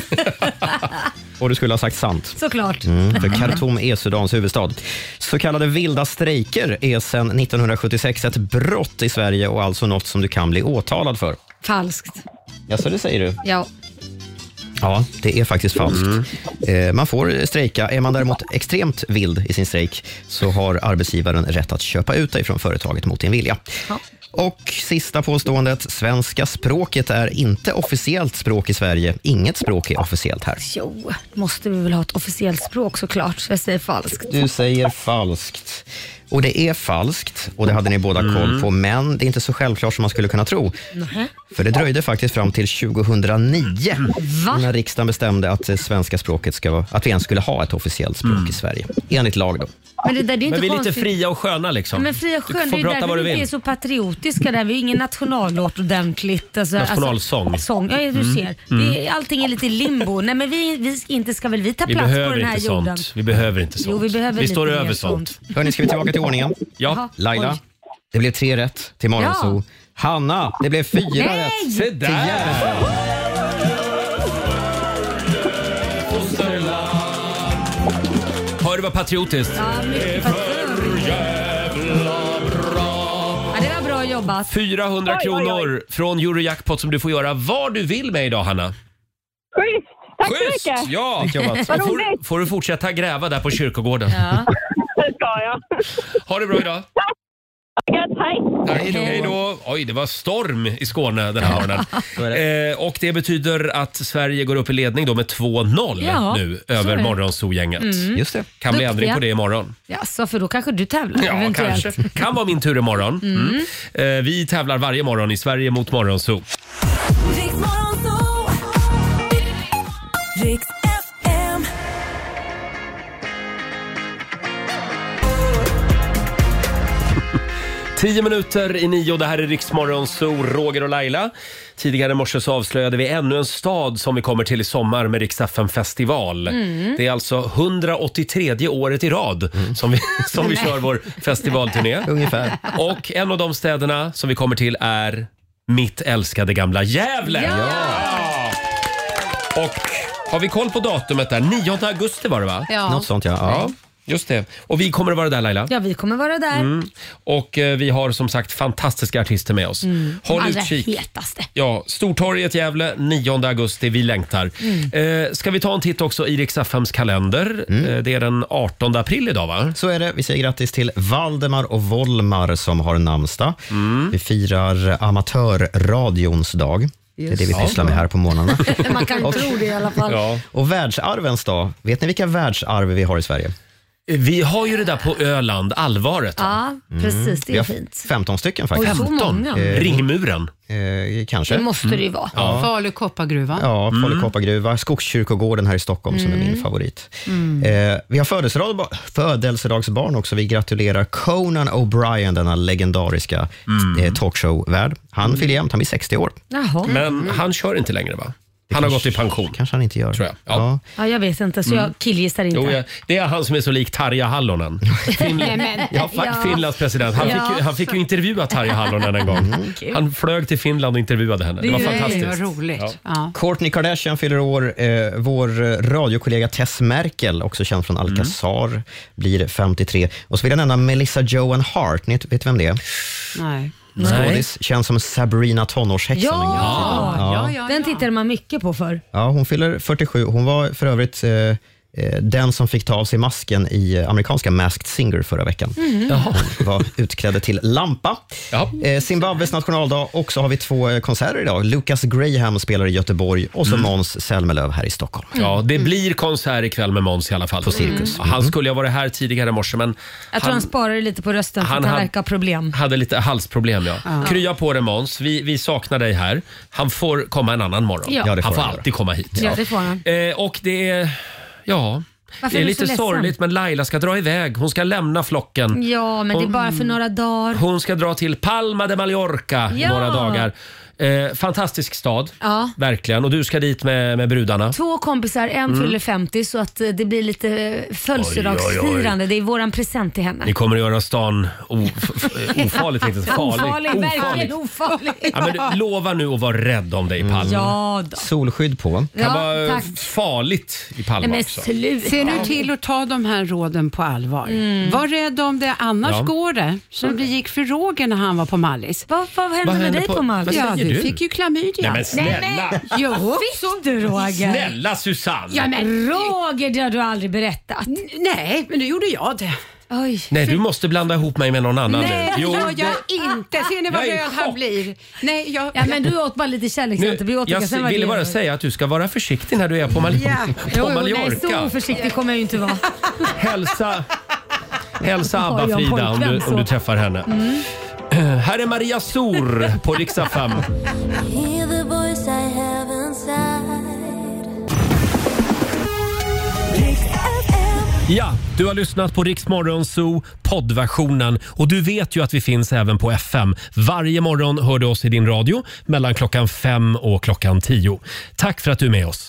Och du skulle ha sagt sant. Såklart. För Khartoum är Sudans huvudstad. Så kallade vilda strejker är sedan 1976 ett brott i Sverige och alltså något som du kan bli åtalad för. Falskt. Ja, så det säger du. Ja. Ja, det är faktiskt falskt. Man får strejka. Är man däremot extremt vild i sin strejk så har arbetsgivaren rätt att köpa ut dig från företaget mot din vilja. Ja. Och sista påståendet. Svenska språket är inte officiellt språk i Sverige. Inget språk är officiellt här. Jo, måste vi väl ha ett officiellt språk såklart. Så jag säger falskt. Du säger falskt. Och det är falskt, och det hade ni båda koll på, men det är inte så självklart som man skulle kunna tro. För det dröjde faktiskt fram till 2009 när riksdagen bestämde att svenska språket att vi ens skulle ha ett officiellt språk i Sverige, enligt lag då. Men, det där, det är inte vi är konstigt. lite fria och sköna liksom. Men fria och sköna, Du får det är prata vad du därför vi vill. är så patriotiska där. Vi har ingen nationallåt ordentligt. Nationalsång. Sång. Ja, du ser. Det är, allting är lite i limbo. Nej, men inte ska väl vi ta plats på den här jorden. Vi behöver inte sånt. Jo, vi behöver lite står mer över sånt. Hörni, ska vi tillbaka till ordningen? Ja. Laila, Oj. det blev 3 rätt till Morgonzoo. Ja. Hanna, det blev 4 Nej! rätt. Se till där! Järfälla. Hör du vad patriotiskt? Ja, mycket Ja, det var bra jobbat. 400 kronor från Eurojackpot som du får göra vad du vill med idag, Hanna. Schysst! Tack så Schysst! mycket! Ja, jobbat. så får du fortsätta gräva där på kyrkogården. Ja. Det ska jag. Ha det bra idag. Gött, hej! Tack, hej då. Oj, det var storm i Skåne den här morgonen. Och det betyder att Sverige går upp i ledning då med 2-0 nu över Morgonzoo-gänget. Just det. Kan bli ändring på det imorgon. Ja, så för då kanske du tävlar Ja, eventuellt. kanske. Kan vara min tur imorgon. Vi tävlar varje morgon i Sverige mot Morgonzoo. Riks FM. 10 minuter i 9, det här är Riks Morgonzoo, Roger och Laila. Tidigare i morse så avslöjade vi ännu en stad som vi kommer till i sommar med Riks FM-festival. Det är alltså 183 året i rad som vi kör vår festivalturné. Ungefär. Och en av de städerna som vi kommer till är mitt älskade gamla Gävle. Ja! Och har vi koll på datumet där? 9 augusti var det, va? Ja. Något sånt, ja. Just det. Och vi kommer att vara där, Laila. Ja, vi kommer vara där. Och vi har som sagt fantastiska artister med oss. Håll Allra utkik. hetaste. Ja, Stortorget Gävle, 9 augusti. Vi längtar. Ska vi ta en titt också i Rix FMs kalender? Det är den 18 april idag, va? Så är det. Vi säger grattis till Valdemar och Volmar som har namnsdag. Vi firar amatörradions dag. Det är det vi pysslar med här på morgnarna. Man kan tro det i alla fall. Ja. Och världsarvens dag. Vet ni vilka världsarv vi har i Sverige? Vi har ju det där på Öland, Allvaret. Ja, precis. Det Vi är har fint. 15 stycken faktiskt. Oj, så många. Ringmuren. Kanske. Det måste det ju vara. Falu koppargruva. Ja, Falu koppargruva. Skogskyrkogården här i Stockholm som är min favorit. Vi har födelsedagsbarn också. Vi gratulerar Conan O'Brien, denna legendariska talkshow-värd. Han fyller jämnt, han blir 60 år. Jaha. Men han kör inte längre, va? Han har gått i pension. Kanske han inte gör. Tror jag. Ja. Ja, jag vet inte, så jag killgissar inte. Jo, det är han som är så lik Tarja Hallonen. Finlands president. Han fick ju intervjua Tarja Hallonen en gång. Han flög till Finland och intervjuade henne. Det var fantastiskt. Det var roligt. Ja. Kourtney Kardashian fyller år. Vår radiokollega Tess Merkel, också känd från Alcazar, blir 53. Och så vill jag nämna Melissa Joan Hart. Vet du vem det är? Nej. Skådis, känns som Sabrina tonårshäxan. Ja. Den tittade man mycket på för. Ja, hon fyller 47. Hon var för övrigt den som fick ta av sig masken i amerikanska Masked Singer förra veckan. Hon var utklädd till lampa. Zimbabwes nationaldag, och så har vi 2 konserter idag. Lucas Graham spelar i Göteborg och så Måns Zelmerlöw här i Stockholm. Ja, det blir konsert ikväll med Måns i alla fall. På Cirkus. Han skulle ha varit här tidigare i morse, men Jag tror han sparade lite på rösten för att han verkar ha problem. Hade lite halsproblem, Krya på det, Måns. Vi saknar dig här. Han får komma en annan morgon. Ja. Han får alltid komma hit. Ja, det får han. Och det är... Ja, varför det är är du lite så sorgligt, men Laila ska dra iväg. Hon ska lämna flocken. Ja, men det är bara för några dagar. Hon ska dra till Palma de Mallorca i några dagar. Fantastisk stad, verkligen. Och du ska dit med brudarna. 2 kompisar, en fyller 50, så att det blir lite födelsedagsfirande. Det är våran present till henne. Ni kommer att göra stan ofarligt, inte farlig. Verkligen ofarlig. Ja, men lova nu att vara rädd om dig i Palma. Ja då. Solskydd på. Det kan vara farligt i Palma också. Se nu till att ta de här råden på allvar. Var rädd om det, annars går det. Som det gick för Roger när han var på Mallis. Vad hände med dig på Mallis? Ja, du fick ju klamydia. Nej, men snälla. Jo, fick du, Roger? Snälla Susanne. Ja, men Roger, det har du aldrig berättat. Nej, men nu gjorde jag det. Oj. Nej, du måste blanda ihop mig med någon annan. Nej, det gör jag inte. Ser ni vad röd han blir? Nej, Ja, men du åt bara lite kärleksantibiotika. Jag ville bara säga att du ska vara försiktig när du är på Mallorca. Nej, så försiktig kommer jag ju inte vara. Hälsa Abba Frida om du träffar henne. Här är Maria Sor på Rix FM. Ja, du har lyssnat på Rix Morgon Zoo poddversionen, och du vet ju att vi finns även på FM. Varje morgon hör du oss i din radio mellan klockan 5 och klockan 10. Tack för att du är med oss.